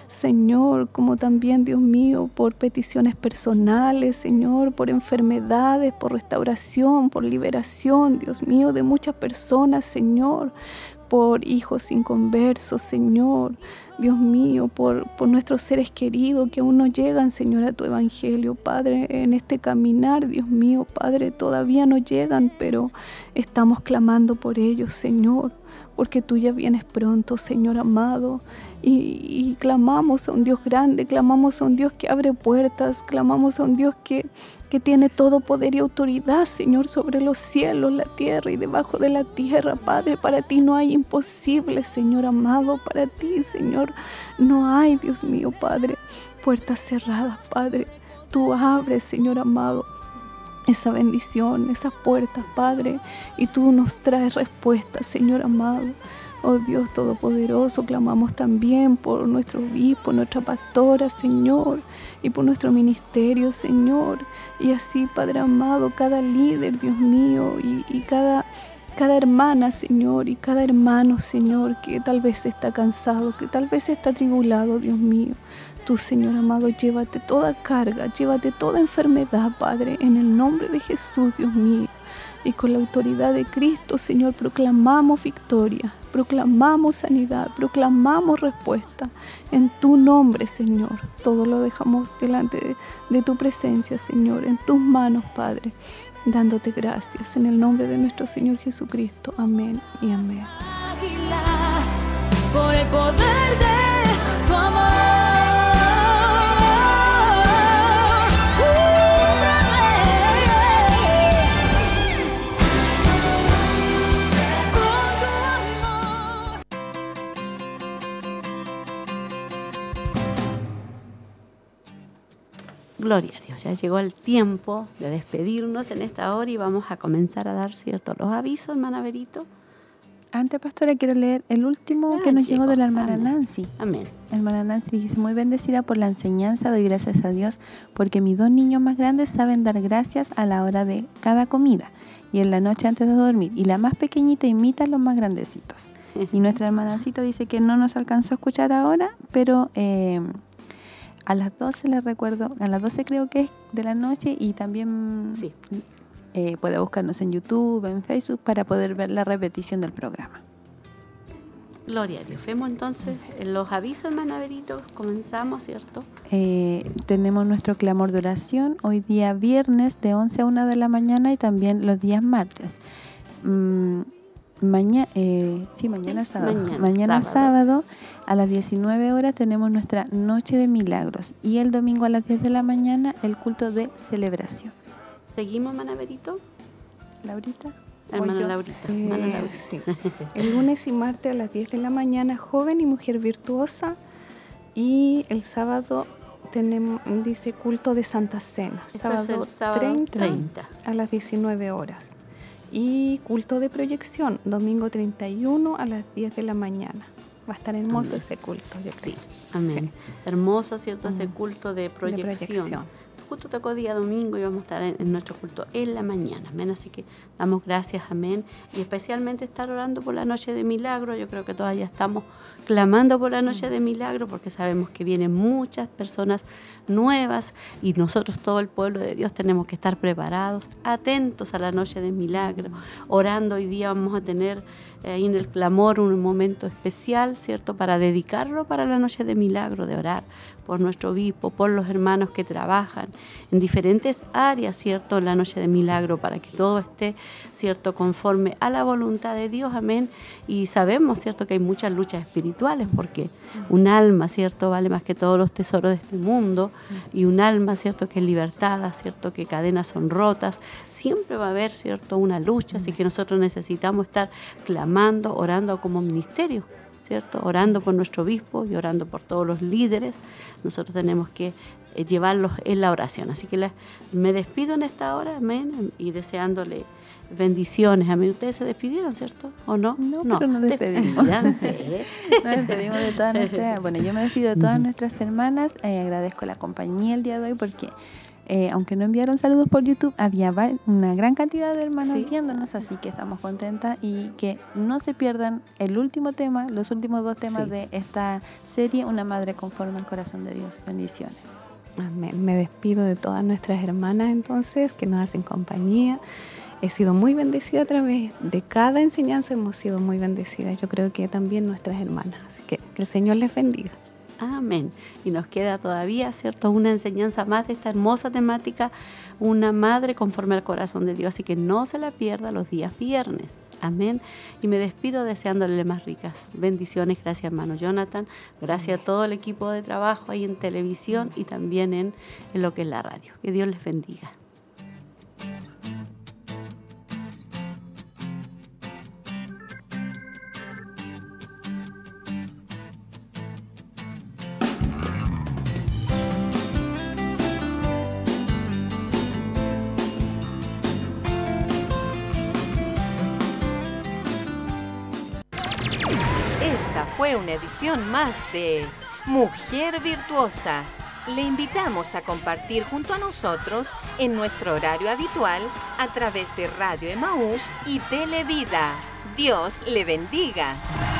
Señor, como también, Dios mío, por peticiones personales, Señor, por enfermedades, por restauración, por liberación, Dios mío, de muchas personas, Señor, por hijos inconversos, Señor, Dios mío, por, por nuestros seres queridos que aún no llegan, Señor, a tu evangelio, Padre, en este caminar, Dios mío, Padre, todavía no llegan, pero estamos clamando por ellos, Señor, porque tú ya vienes pronto, Señor amado, y, y clamamos a un Dios grande, clamamos a un Dios que abre puertas, clamamos a un Dios que, que tiene todo poder y autoridad, Señor, sobre los cielos, la tierra y debajo de la tierra, Padre. Para ti no hay imposible, Señor amado, para ti, Señor, no hay, Dios mío, Padre, puertas cerradas, Padre. Tú abres, Señor amado, esa bendición, esas puertas, Padre, y tú nos traes respuestas, Señor amado. Oh Dios Todopoderoso, clamamos también por nuestro obispo, nuestra pastora, Señor, y por nuestro ministerio, Señor. Y así, Padre amado, cada líder, Dios mío, y, y cada, cada hermana, Señor, y cada hermano, Señor, que tal vez está cansado, que tal vez está atribulado, Dios mío. Tú, Señor amado, llévate toda carga, llévate toda enfermedad, Padre, en el nombre de Jesús, Dios mío. Y con la autoridad de Cristo, Señor, proclamamos victoria, proclamamos sanidad, proclamamos respuesta. En tu nombre, Señor, todo lo dejamos delante de, de tu presencia, Señor, en tus manos, Padre, dándote gracias. En el nombre de nuestro Señor Jesucristo. Amén y amén. Águilas, por el poder de tu amor. Gloria a Dios, ya llegó el tiempo de despedirnos en esta hora y vamos a comenzar a dar, ¿cierto?, los avisos, hermana Verito. Antes, pastora, quiero leer el último Ah, que nos llegó. llegó de la hermana Amén. Nancy. Amén. Hermana Nancy dice: muy bendecida por la enseñanza, doy gracias a Dios porque mis dos niños más grandes saben dar gracias a la hora de cada comida y en la noche antes de dormir, y la más pequeñita imita a los más grandecitos. Y nuestra hermana Narcita dice que no nos alcanzó a escuchar ahora, pero eh, a las doce les recuerdo, a las doce creo que es de la noche, y también Sí. eh, puede buscarnos en YouTube, en Facebook, para poder ver la repetición del programa. Gloria a Dios. Vemos entonces los avisos, hermana Verito. Comenzamos, ¿cierto? Eh, tenemos nuestro clamor de oración hoy día viernes de once a una de la mañana, y también los días martes. Mm, mañana, eh, sí, mañana Sí, sábado. mañana Mañana sábado. sábado a las diecinueve horas tenemos nuestra noche de milagros, y el domingo a las diez de la mañana el culto de celebración. Seguimos, hermana Verito. Laurita. Hermana yo? Laurita. Eh, hermana Laurita. sí. El lunes y martes a las diez de la mañana, joven y mujer virtuosa. Y el sábado tenemos, dice culto de Santa Cena, Esto sábado, es el sábado treinta, treinta. a las diecinueve horas. Y culto de proyección, domingo treinta y uno a las diez de la mañana. Va a estar hermoso Amén. ese culto, yo Sí, creo. amén. Sí. Hermoso, ¿cierto? Ese Mm. culto de proyección. De proyección. Justo tocó día domingo y vamos a estar en, en nuestro culto en la mañana, amén. Así que damos gracias, amén. Y especialmente estar orando por la noche de milagro. Yo creo que todas ya estamos clamando por la noche de milagro porque sabemos que vienen muchas personas nuevas y nosotros, todo el pueblo de Dios, tenemos que estar preparados, atentos a la noche de milagro. Orando, hoy día vamos a tener eh, ahí en el clamor un momento especial, ¿cierto? Para dedicarlo para la noche de milagro, de orar por nuestro obispo, por los hermanos que trabajan en diferentes áreas, ¿cierto? En la noche de milagro, para que todo esté, ¿cierto? Conforme a la voluntad de Dios, amén. Y sabemos, ¿cierto? Que hay muchas luchas espirituales, porque un alma, ¿cierto? Vale más que todos los tesoros de este mundo, y un alma, ¿cierto? Que es libertada, ¿cierto? Que cadenas son rotas, siempre va a haber, ¿cierto? Una lucha, así que nosotros necesitamos estar clamando, orando como ministerio, ¿cierto? Orando por nuestro obispo y orando por todos los líderes. Nosotros tenemos que eh, llevarlos en la oración. Así que la, me despido en esta hora, amén, y deseándole bendiciones. Amén. Ustedes se despidieron, ¿cierto? ¿O no? No, pero nos despedimos. Despídanse. Nos despedimos de todas nuestras... Bueno, yo me despido de todas nuestras hermanas. Eh, agradezco la compañía el día de hoy porque... Eh, aunque no enviaron saludos por YouTube, había una gran cantidad de hermanos Sí. viéndonos, así que estamos contentas y que no se pierdan el último tema, los últimos dos temas Sí. de esta serie, Una Madre Conforme al Corazón de Dios. Bendiciones. Amén. Me despido de todas nuestras hermanas entonces que nos hacen compañía. He sido muy bendecida a través de cada enseñanza, hemos sido muy bendecidas. Yo creo que también nuestras hermanas. Así que que el Señor les bendiga. Amén. Y nos queda todavía, ¿cierto?, una enseñanza más de esta hermosa temática, una madre conforme al corazón de Dios. Así que no se la pierda los días viernes. Amén. Y me despido deseándole más ricas bendiciones. Gracias, hermano Jonathan. Gracias a todo el equipo de trabajo ahí en televisión y también en, en lo que es la radio. Que Dios les bendiga. Esta fue una edición más de Mujer Virtuosa. Le invitamos a compartir junto a nosotros en nuestro horario habitual a través de Radio Emaús y Televida. Dios le bendiga.